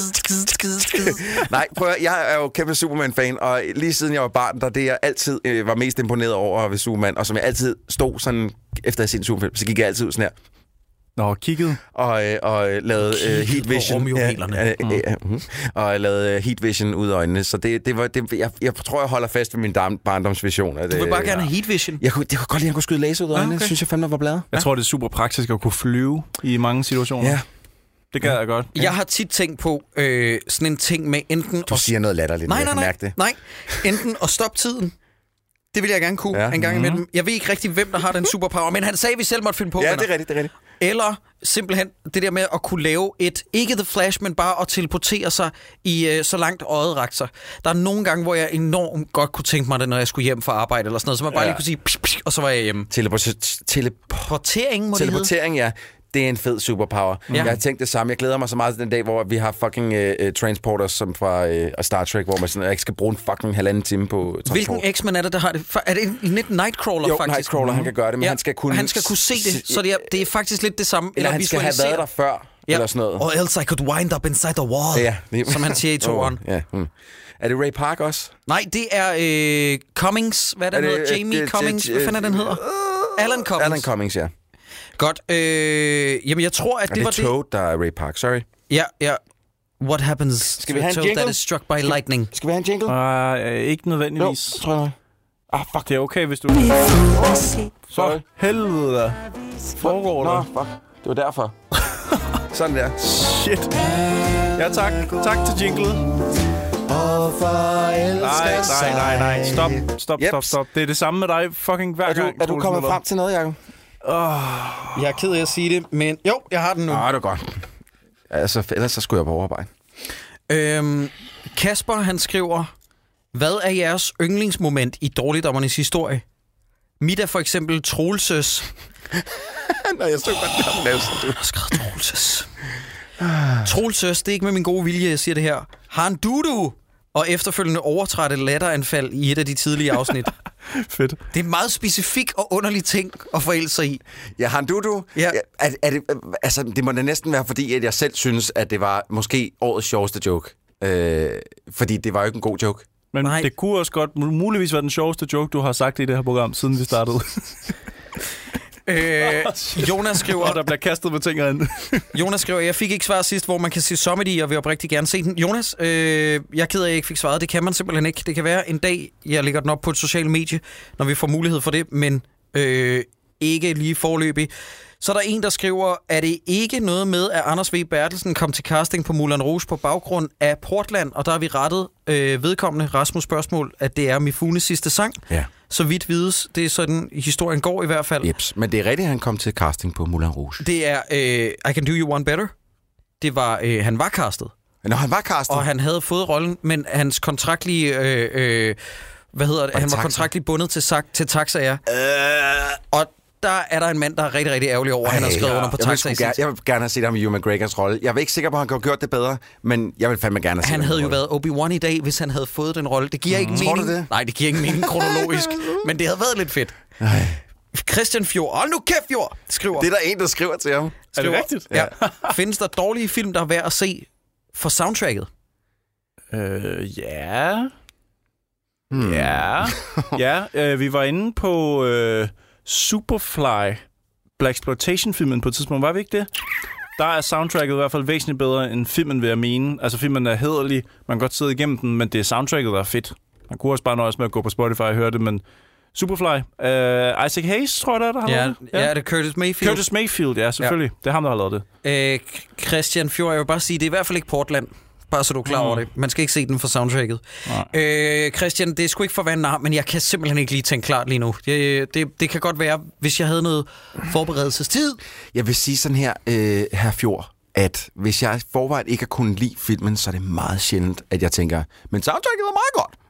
Nej, prøv at, jeg er jo kæmpe Superman-fan, og lige siden jeg var barn, der det jeg altid var mest imponeret over ved Superman, og som jeg altid stod sådan, efter at have set en Superman, så gik jeg altid ud sådan her. Nå, kiggede. Og lavede Heat Vision. Og lavede Heat Vision ud af øjnene. Så jeg tror, jeg holder fast ved min barndomsvision. Du vil bare gerne have Heat Vision? Jeg kunne godt lide, at han kunne skyde laser ud af øjnene. Synes jeg fandme var bladet. Jeg tror, det er super praktisk at kunne flyve i mange situationer. Ja. Det gad jeg godt. Jeg har tit tænkt på sådan en ting med enten... Du siger noget latterligt, jeg kan mærke det. Nej, enten at stoppe tiden. Det vil jeg gerne kunne en gang imellem. Jeg ved ikke rigtig, hvem der har den superpower, men han sagde, at vi selv måtte finde på. Ja, det er rigtigt. Eller simpelthen det der med at kunne lave ikke The Flash, men bare at teleportere sig i så langt øjet rakte sig. Der er nogle gange, hvor jeg enormt godt kunne tænke mig det, når jeg skulle hjem fra arbejde eller sådan noget, så man bare lige kunne sige, og så var jeg hjemme. Teleportering må det hedde. Teleportering, ja. Det er en fed superpower. Ja. Jeg har tænkt det samme. Jeg glæder mig så meget til den dag, hvor vi har fucking transporters som fra Star Trek, hvor man sådan, ikke skal bruge en fucking 1,5 time på transport. Hvilken X-Men er det, der har det? Er det en Nightcrawler, jo, faktisk? Jo, Nightcrawler, han kan gøre det, men han skal kunne se det, så det er faktisk lidt det samme. Eller han skal have været der før, eller sådan noget. Or else I could wind up inside the wall, som han siger i toeren. Er det Ray Park også? Nej, det er Cummings. Hvad er det hedder? Jamie Cummings. Hvad fanden er den hedder? Alan Cummings. Alan Cummings, ja. Godt. Jamen, jeg tror, at det var det. Det er Toad, der er Ray Park. Sorry. Ja. What happens to a toad that is struck by lightning? Skal vi have en jingle? Ikke nødvendigvis. Jo, tror jeg. Fuck. Det er okay, hvis du... Sorry. Helvede da. Foregår der? Fuck. Det var derfor. Sådan der. Shit. Ja, tak. Tak til jingle. Nej. Stop. Det er det samme med dig fucking hver gang. Er du kommet frem til noget, Jacob? Jeg er ked af at sige det, men jo, jeg har den nu. Det er godt. Altså, ellers så skulle jeg på overarbejde. Kasper, han skriver, hvad er jeres yndlingsmoment i Dårligdommernes historie? Mit er for eksempel Troelses. Nå, jeg stod bare der. Jeg har skrevet Troelses. Troelses, det er ikke med min gode vilje, jeg siger det her. Har en dudu og efterfølgende overtrætte latteranfald i et af de tidlige afsnit. Fedt. Det er en meget specifik og underlig ting at forælde sig i. Ja, han dudu. Ja. Det må da næsten være, fordi at jeg selv synes, at det var måske årets sjoveste joke. Fordi det var jo ikke en god joke. Men det kunne også godt muligvis være den sjoveste joke, du har sagt i det her program, siden vi startede. Jonas skriver... Og der bliver kastet med ting herinde. Jonas skriver, jeg fik ikke svaret sidst, hvor man kan se Somedy, og vil oprigtigt gerne se den. Jonas, jeg er ked af, at jeg ikke fik svaret. Det kan man simpelthen ikke. Det kan være en dag, jeg lægger den op på et socialt medie, når vi får mulighed for det, men ikke lige forløbig. Så er der en, der skriver, er det ikke noget med, at Anders V. Bertelsen kom til casting på Moulin Rouge på baggrund af Portland, og der har vi rettet vedkommende Rasmus spørgsmål, at det er Mifunes sidste sang. Ja. Så vidt vides, det er sådan, historien går i hvert fald. Jeps. Men det er rigtigt, at han kom til casting på Moulin Rouge. Det er I Can Do You One Better. Det var, han var castet. Nå, han var castet. Og han havde fået rollen, men hans kontraktlige... han var kontraktligt bundet til Taxa, ja. Og der er der en mand, der er rigtig, rigtig ærgerlig over, at han har skrevet under på Taxa. Jeg vil gerne have set ham i Ewan McGregors rolle. Jeg er ikke sikker på, at han kunne have gjort det bedre, men jeg vil fandme gerne have set ham. Han havde jo været Obi-Wan i dag, hvis han havde fået den rolle. Det giver ikke mening. Tror du det? Nej, det giver ikke mening kronologisk, men det havde været lidt fedt. Christian Fjord. Hold nu kæft, Fjord! Skriver. Det er der en, der skriver til ham. Skriver. Er det rigtigt? Ja. Findes der dårlige film, der er værd at se for soundtracket? Ja. Ja. Vi var inde på Superfly, Blaxploitation-filmen på et tidspunkt. Var vi ikke det? Der er soundtracket i hvert fald væsentligt bedre end filmen, vil jeg mene. Altså, filmen er hæderlig. Man kan godt sidde igennem den, men det er soundtracket, der er fedt. Man kunne også bare nøjes med at gå på Spotify og høre det, men Superfly. Isaac Hayes, tror jeg, der har lavet det. Ja, det er Curtis Mayfield. Curtis Mayfield, ja, selvfølgelig. Ja. Det er ham, der har lavet det. Christian Fjord, jeg vil bare sige, det er i hvert fald ikke Portland. Bare så du er klar over det. Man skal ikke se den for soundtracket. Christian, det er sgu ikke for vand, men jeg kan simpelthen ikke lige tænke klart lige nu. Det kan godt være, hvis jeg havde noget forberedelsestid. Jeg vil sige sådan her, herr Fjord, at hvis jeg forvejen ikke har kunnet lide filmen, så er det meget sjældent, at jeg tænker, men soundtracket var meget godt.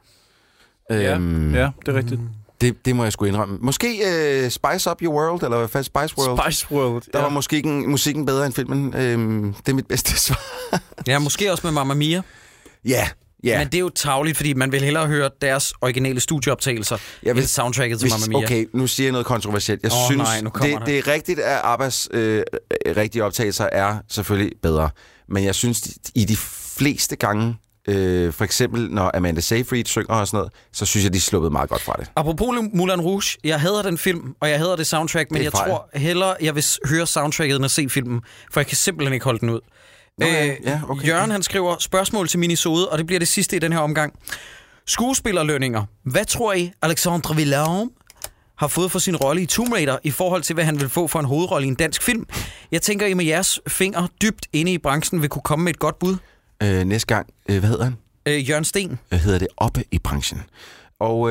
Ja, det er rigtigt. Det må jeg sgu indrømme. Måske Spice Up Your World, eller hvad fanden? Spice World. Spice World, der var måske musikken bedre end filmen. Det er mit bedste svar. Ja, måske også med Mamma Mia. Ja. Men det er jo tarveligt, fordi man vil hellere høre deres originale studieoptagelser end soundtracket til Mamma Mia. Okay, nu siger jeg noget kontroversielt. Jeg synes, det er rigtigt, at Abbas rigtige optagelser er selvfølgelig bedre. Men jeg synes, i de fleste gange, for eksempel når Amanda Seyfried synger og sådan noget, så synes jeg, de er sluppet meget godt fra det. Apropos Moulin Rouge, jeg hader den film, og jeg hader det soundtrack, men jeg tror hellere, jeg vil høre soundtracket end at se filmen, for jeg kan simpelthen ikke holde den ud. Okay. Jørgen, han skriver spørgsmål til minisode, og det bliver det sidste i den her omgang. Skuespillerlønninger. Hvad tror I, Alexandre Villaume har fået for sin rolle i Tomb Raider i forhold til, hvad han vil få for en hovedrolle i en dansk film? Jeg tænker, I med jeres fingre dybt inde i branchen vil kunne komme med et godt bud. Næste gang, hvad hedder han? Jørgen Sten. Hedder det oppe i branchen. Og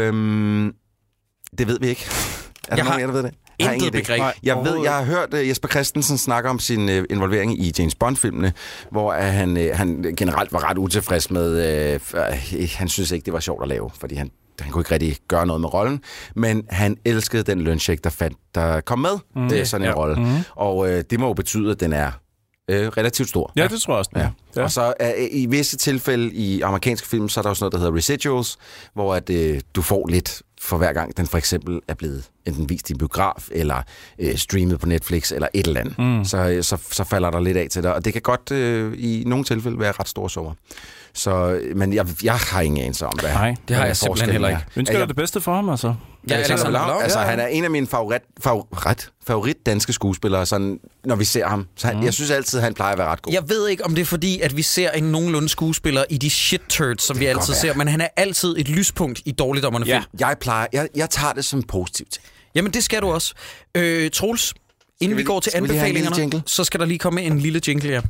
det ved vi ikke. Er der nogen af jer, der ved det? Intet begreb. Jeg har hørt Jesper Christensen snakke om sin involvering i James Bond-filmene, hvor han generelt var ret utilfreds med... han synes ikke, det var sjovt at lave, fordi han kunne ikke rigtig gøre noget med rollen, men han elskede den løncheck, der kom med sådan en rolle. Og det må jo betyde, at den er relativt stor. Ja, det tror jeg også. Ja. Og så i visse tilfælde i amerikanske film, så er der også noget, der hedder residuals, hvor at, du får lidt for hver gang, den for eksempel er blevet enten vist i biograf, eller streamet på Netflix, eller et eller andet. Så falder der lidt af til dig. Og det kan godt i nogle tilfælde være ret store summer. Så, men jeg har ingen anelse om det. Nej, det har jeg simpelthen heller ikke. Ønsker jeg det bedste for ham, altså? Ja, han er en af mine favorit danske skuespillere, sådan, når vi ser ham. Så jeg synes altid, han plejer at være ret god. Jeg ved ikke, om det er fordi, at vi ser en nogenlunde skuespiller i de shit-turds, som vi altid ser, men han er altid et lyspunkt i dårligdommerne film. Jeg tager det som positivt. Jamen, det skal du også. Troels, inden vi går til anbefalingerne, så skal der lige komme en lille jingle, ja.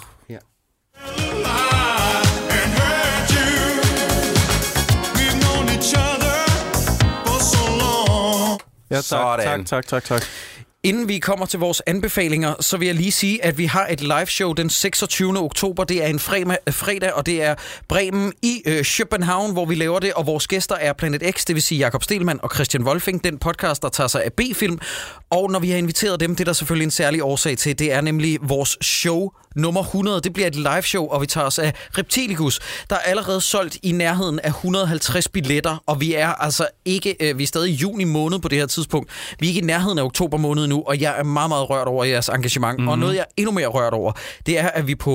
Ja, tak. Inden vi kommer til vores anbefalinger, så vil jeg lige sige, at vi har et liveshow den 26. oktober. Det er en fredag, og det er Bremen i København, hvor vi laver det. Og vores gæster er Planet X, det vil sige Jakob Stelmann og Christian Wolfing, den podcast, der tager sig af B-film. Og når vi har inviteret dem, det er der selvfølgelig en særlig årsag til. Det er nemlig vores show nummer 100. Det bliver et liveshow, og vi tager os af Reptilicus. Der er allerede solgt i nærheden af 150 billetter, og vi er altså ikke... vi er stadig i juni måned på det her tidspunkt. Vi er ikke i nærheden af oktober måned nu, og jeg er meget, meget rørt over jeres engagement. Og noget, jeg er endnu mere rørt over, det er, at vi på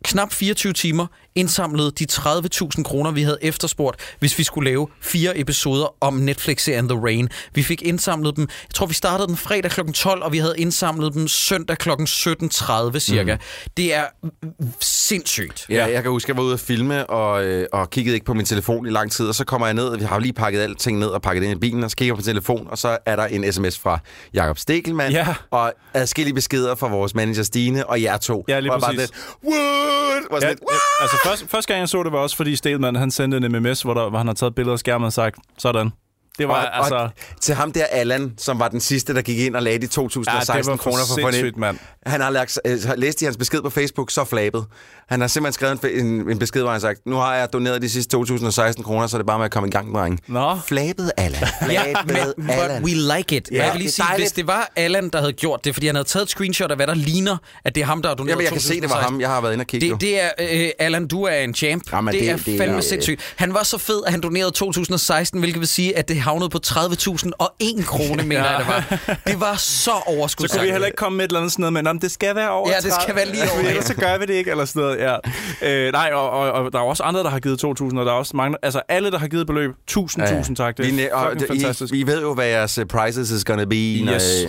knap 24 timer indsamlede de 30.000 kroner, vi havde efterspurgt, hvis vi skulle lave 4 episoder om Netflix-serien The Rain. Vi fik indsamlet dem, jeg tror, vi startede den fredag kl. 12, og vi havde indsamlet dem søndag kl. 17.30 cirka. Det er sindssygt. Ja, jeg kan huske, jeg var ude at filme, og kiggede ikke på min telefon i lang tid, og så kommer jeg ned, og vi har lige pakket alting ned og pakket ind i bilen, og så kigger på telefon, og så er der en sms fra Jakob Stegelmann, og adskillige beskeder fra vores manager Stine, og jer to. Ja, lige præcis. Bare lidt, what? Altså, første gang jeg så det, var også fordi Stegelmann, han sendte en MMS, hvor han har taget billeder af skærmen og sagt, sådan. Det var og til ham der, Allan, som var den sidste, der gik ind og lagde de 2.016 kroner for at mand. Han har læst i hans besked på Facebook, så flabet. Han har simpelthen skrevet en besked, hvor han har sagt, nu har jeg doneret de sidste 2.016 kroner, så er det bare med at komme i gang, dreng. Flabet Allan. But we like it. Jeg vil lige sige, hvis det var Allan, der havde gjort det, fordi han havde taget et screenshot af, hvad der ligner, at det er ham, der har doneret 2.016. Jamen, jeg kan se, det var ham. Jeg har været inde og kigge. Det er, Allan, du er en champ. Jamen, det er fandme sindssygt. Han var så fed, at han donerede 2.016, hvilket vil sige, at det havnede på 30.001 kroner, mener jeg, det var. Det var så overskudt. Så kunne vi heller ikke komme med et eller andet sådan noget, men det skal være over 30. Ja, det skal være lige over. Ellers så gør vi det ikke, eller sådan noget. Ja. Nej, og der er også andre, der har givet 2.000, og der er også mange, altså alle, der har givet beløb. Tusind tak. Det er fantastisk. Vi ved jo, hvad jeres prices is gonna be,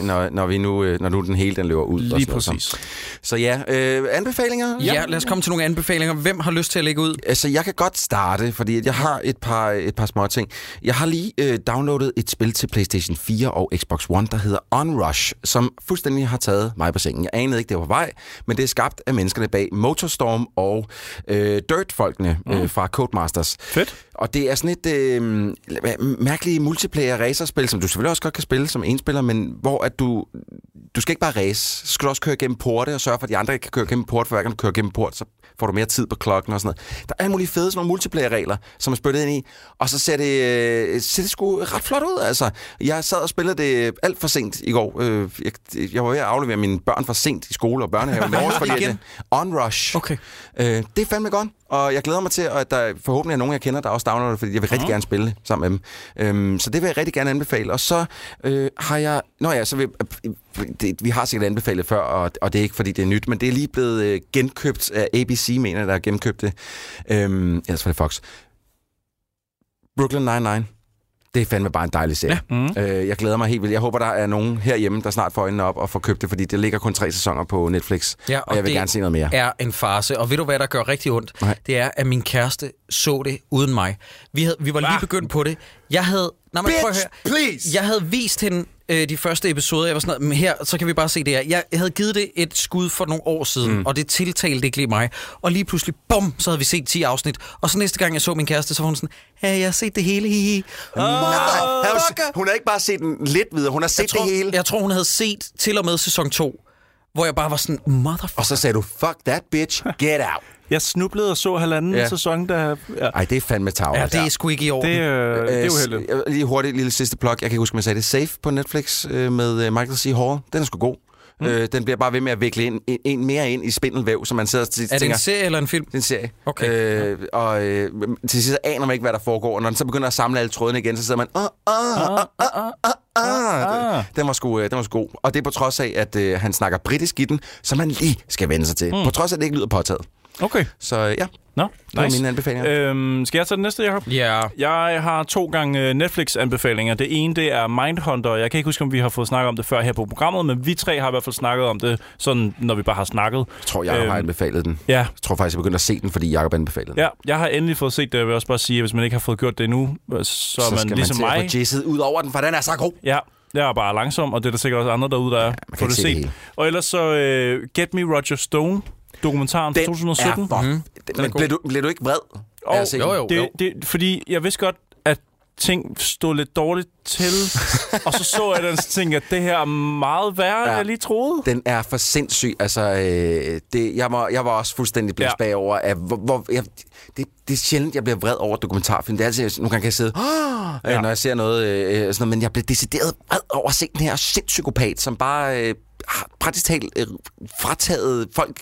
når nu den hele den løber ud. Lige præcis. Så ja, anbefalinger? Ja, lad os komme til nogle anbefalinger. Hvem har lyst til at lægge ud? Altså, jeg kan godt starte, fordi jeg har et par små ting. Jeg har lige downloadet et spil til PlayStation 4 og Xbox One, der hedder Onrush, som fuldstændig har taget mig på sengen. Jeg anede ikke, det var på vej, men det er skabt af menneskerne bag Motorstorm og Dirt-folkene fra Codemasters. Fedt. Og det er sådan et mærkeligt multiplayer racerspil, som du selvfølgelig også godt kan spille som enspiller, men hvor at du skal ikke bare race, så skal du også køre gennem porte og sørge for, at de andre ikke kan køre gennem port, for hver gang du kører gennem port, så får du mere tid på klokken og sådan noget. Der er alle mulige fede sådan nogle multiplayer-regler, som er spyttet ind i, og så ser det sgu ret flot ud, altså. Jeg sad og spillede det alt for sent i går. Jeg var ved at aflevere mine børn for sent i skole og børnehave. Hvad var det igen? Onrush. Okay. Det er fandme godt, og jeg glæder mig til, at der forhåbentlig er nogen, jeg kender, der også downloader det, fordi jeg vil rigtig gerne spille sammen med dem. Så det vil jeg rigtig gerne anbefale. Og så har jeg... vi har sikkert anbefalet før, og det er ikke, fordi det er nyt, men det er lige blevet genkøbt af ABC, mener jeg, der har gennemkøbt det. Ellers var det Fox. Brooklyn Nine-Nine. Det er fandme bare en dejlig serie. Ja. Jeg glæder mig helt vildt. Jeg håber, der er nogen herhjemme, der snart får øjnene op og får købt det, fordi det ligger kun 3 sæsoner på Netflix, og jeg vil gerne se noget mere. Det er en farce, og ved du, hvad der gør rigtig ondt? Nej. Det er, at min kæreste så det uden mig. Vi var lige begyndt på det. Jeg havde... Jeg havde vist hende de første episoder. Jeg var sådan noget, her, så kan vi bare se det her. Jeg havde givet det et skud for nogle år siden, og det tiltalte ikke lige mig. Og lige pludselig, bum, så havde vi set 10 afsnit. Og så næste gang, jeg så min kæreste, så var hun sådan, hey, jeg har set det hele. Hun har ikke bare set den lidt videre, hun har set det hele. Jeg tror, hun havde set til og med sæson 2, hvor jeg bare var sådan, motherfucker. Og så sagde du, fuck that bitch, get out. Jeg snublede og så halvanden sæson, der... Ja. Ej, det er fandme tavle. Ja, det er sgu ikke i orden. Det er uheldigt. Lige hurtigt, lille sidste plug. Jeg kan huske, man sagde det. Safe på Netflix med Michael C. Hall. Den er sgu god. Den bliver bare ved med at vikle en mere ind i spindelvæv, så man sidder og tænker... Er det en serie eller en film? Det er en serie. Okay. Og til sidst aner man ikke, hvad der foregår. Og når den så begynder at samle alle trådene igen, så sidder man... Den var sgu god. Og det er på trods af, at han snakker britisk i den, som man lige skal vende sig til. På trods af, at det ikke lyder påtaget. Okay. Så ja, nice. Det var mine anbefalinger. Skal jeg tage den næste, Jacob? Ja. Jeg har 2 gange Netflix-anbefalinger. Det ene, det er Mindhunter. Jeg kan ikke huske, om vi har fået snakket om det før her på programmet, men vi 3 har i hvert fald snakket om det, sådan, når vi bare har snakket. Jeg tror, Jacob har anbefalet den. Ja. Jeg tror faktisk, jeg begyndte at se den, fordi Jacob anbefalede den. Ja, jeg har endelig fået set det. Jeg vil også bare sige, at hvis man ikke har fået gjort det endnu, så er man ligesom mig. Så skal man til at få jazzet ud over den, for den er så god. Ja. Jeg er bare langsom, og det er der sikkert også andre derude, der får det set. Og ellers så Get Me Roger Stone, dokumentaren fra 2017. Men blev du ikke vred? Jo. Det, fordi jeg vidste godt, at ting stod lidt dårligt til, og så jeg den ting, at det her er meget værre, end jeg lige troede. Den er for sindssyg. Altså, jeg var også fuldstændig blevet bagover af, det er sjældent, jeg bliver vred over dokumentarfilm. Det er altid, nogle gange kan jeg sidde, når jeg ser noget, sådan noget, men jeg bliver decideret vred over at se den her sindspsykopat, som bare har praktisk talt frataget folk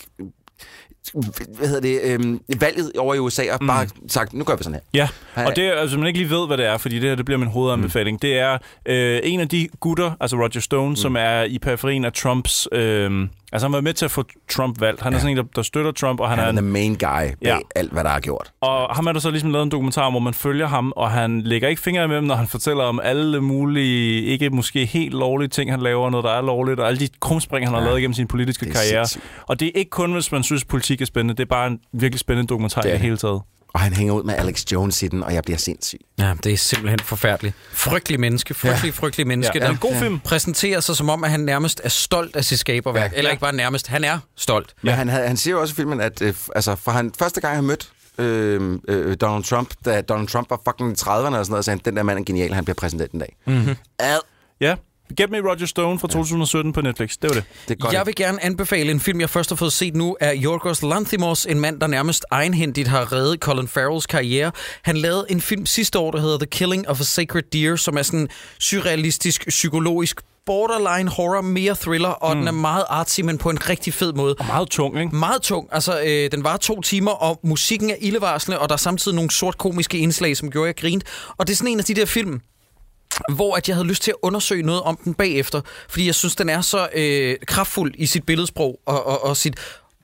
valget over i USA og bare sagt, nu gør vi sådan her. Ja, og det er, altså, man ikke lige ved, hvad det er, fordi det her, det bliver min hovedanbefaling. Det er en af de gutter, altså Roger Stone, som er i periferien af Trumps Altså, han var med til at få Trump valgt. Han er sådan en, der støtter Trump, og han er the main guy bag alt, hvad der er gjort. Og ham er der så ligesom lavet en dokumentar, hvor man følger ham, og han lægger ikke fingre imellem, når han fortæller om alle mulige, ikke måske helt lovlige ting, han laver, noget der er lovligt, og alle de krumspring, han har lavet igennem sin politiske karriere. Sindssygt. Og det er ikke kun, hvis man synes, politik er spændende. Det er bare en virkelig spændende dokumentar i det hele taget. Og han hænger ud med Alex Jones i den, og jeg bliver sindssyg. Ja, det er simpelthen forfærdeligt. Frygtelig menneske, frygtelig menneske, der en god film. Præsenterer sig som om, at han nærmest er stolt af sit skaberværk. Eller ikke bare nærmest, han er stolt. Men han siger jo også i filmen, at første gang han mødte Donald Trump, da Donald Trump var fucking i 30'erne og sådan noget, så han, den der mand er genial, han bliver præsident en dag. Ja. Get Me Roger Stone fra 2017 på Netflix. Det var det. Jeg vil gerne anbefale en film, jeg først har fået set nu, af Yorgos Lanthimos, en mand, der nærmest egenhændigt har reddet Colin Farrells karriere. Han lavede en film sidste år, der hedder The Killing of a Sacred Deer, som er sådan surrealistisk, psykologisk, borderline horror, mere thriller, og den er meget artsy, men på en rigtig fed måde. Og meget tung, ikke? Meget tung. Altså, den var 2 timer, og musikken er ildevarslende, og der er samtidig nogle sort komiske indslag, som gjorde jeg grint. Og det er sådan en af de der film, hvor at jeg havde lyst til at undersøge noget om den bagefter, fordi jeg synes, den er så kraftfuld i sit billedsprog og sit...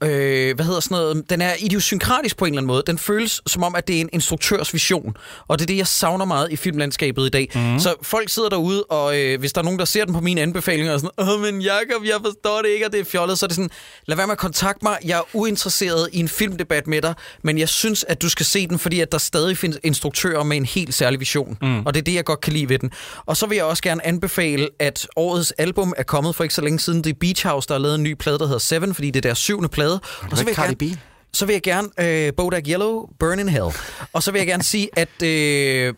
den er idiosynkratisk på en eller anden måde. Den føles som om, at det er en instruktørs vision. Og det er det, jeg savner meget i filmlandskabet i dag. Så folk sidder derude, og hvis der er nogen, der ser den på mine anbefalinger, og sådan, men Jacob, jeg forstår det ikke, og det er fjollet, så er det sådan, lad være med at kontakte mig. Jeg er uinteresseret i en filmdebat med dig, men jeg synes, at du skal se den, fordi at der stadig findes instruktører med en helt særlig vision. Og det er det, jeg godt kan lide ved den. Og så vil jeg også gerne anbefale, at årets album er kommet for ikke så længe siden. Det er Beach House, der har lavet en ny plade, der hedder Seven, fordi det er deres 7. plade. Og så vil jeg gerne Bodak Yellow, Burn in Hell. Og så vil jeg gerne sige, at det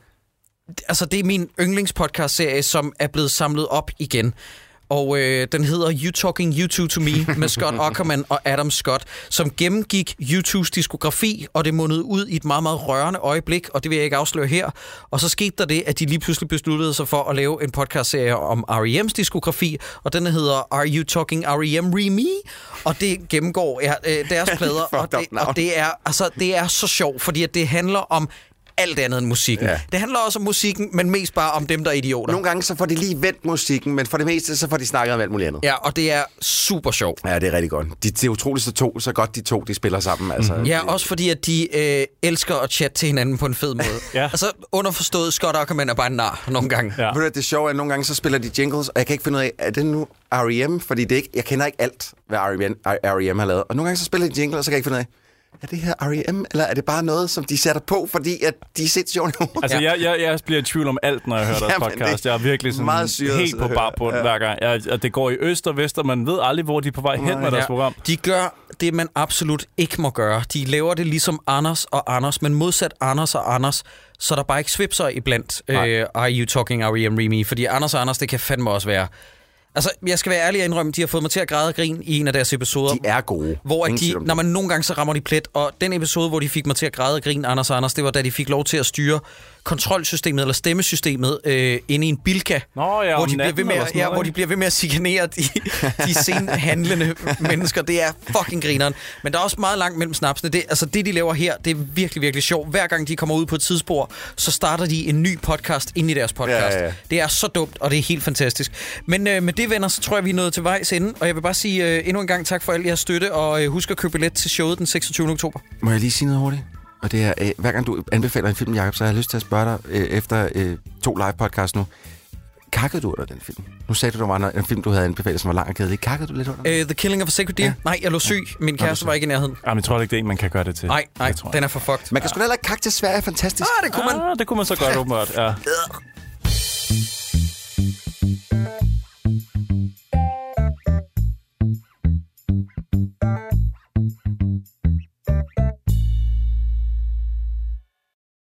er min yndlingspodcast-serie, som er blevet samlet op igen. Og den hedder You Talking U2 to Me med Scott Aukerman og Adam Scott, som gennemgik U2's diskografi, og det mundede ud i et meget, meget rørende øjeblik, og det vil jeg ikke afsløre her. Og så skete der det, at de lige pludselig besluttede sig for at lave en podcastserie om R.E.M's diskografi, og den hedder Are You Talking R.E.M. Re-Me? Og det gennemgår deres plader, og det er så sjovt, fordi at det handler om alt andet end musikken. Ja. Det handler også om musikken, men mest bare om dem, der er idioter. Nogle gange så får de lige vendt musikken, men for det meste så får de snakket om alt muligt andet. Ja, og det er super sjovt. Ja, det er rigtig godt. Det er utroligt så godt de to, de spiller sammen. Altså. Ja, også fordi, at de elsker at chatte til hinanden på en fed måde. Ja. Altså, underforstået, Scott Aukerman er bare en nar nogle gange. Ja. Det er sjovt, at nogle gange så spiller de jingles, og jeg kan ikke finde ud af, er det nu R.E.M., fordi det ikke, jeg kender ikke alt, hvad R.E.M. har lavet. Og nogle gange så spiller de jingles, og så kan jeg ikke finde ud af, er det her R.E.M., eller er det bare noget, som de sætter på, fordi at de er sindssygt sjovt? Altså, jeg bliver i tvivl om alt, når jeg hører deres podcast. Jeg er virkelig sådan meget syret, helt på barbund hver gang. Og det går i øst og vest, og man ved aldrig, hvor de er på vej hen med deres program. De gør det, man absolut ikke må gøre. De laver det ligesom Anders og Anders, men modsat Anders og Anders, så der bare ikke svipser iblandt Are You Talking R.E.M. Re-Me? Fordi Anders og Anders, det kan fandme også være... Altså, jeg skal være ærlig og indrømme, de har fået mig til at græde og grine i en af deres episoder. De er gode. Hvor når man nogle gange så rammer de plet, og den episode, hvor de fik mig til at græde og grine, Anders og Anders, det var da de fik lov til at styre kontrolsystemet eller stemmesystemet inde i en Bilka, hvor de bliver ved med at chikanere de senhandlende mennesker. Det er fucking grineren. Men der er også meget langt mellem snapsene. Det de laver her, det er virkelig, virkelig sjovt. Hver gang de kommer ud på et tidsspor, så starter de en ny podcast inde i deres podcast. Ja. Det er så dumt, og det er helt fantastisk. Men med det, venner, så tror jeg, vi er nået til vejs ende. Og jeg vil bare sige endnu en gang tak for al jeres støtte, og husk at købe billet til showet den 26. oktober. Må jeg lige sige noget hurtigt? Og det er, hver gang du anbefaler en film, Jacob, så har jeg lyst til at spørge dig efter 2 live-podcasts nu. Kakkede du under den film? Nu sagde du, der var en film, du havde anbefalet, som var lang og kedelig. Kakkede du lidt under den? The Killing of a Sacred Deer? Ja. Nej, jeg lå syg. Min kæreste var ikke i nærheden. Jamen, jeg tror ikke, det er en, man kan gøre det til. Nej, den er for fucked. Man kan sgu da heller ikke kakke til Sverige, fantastisk. Det kunne man. Det kunne man så godt, åbenbart. Ja.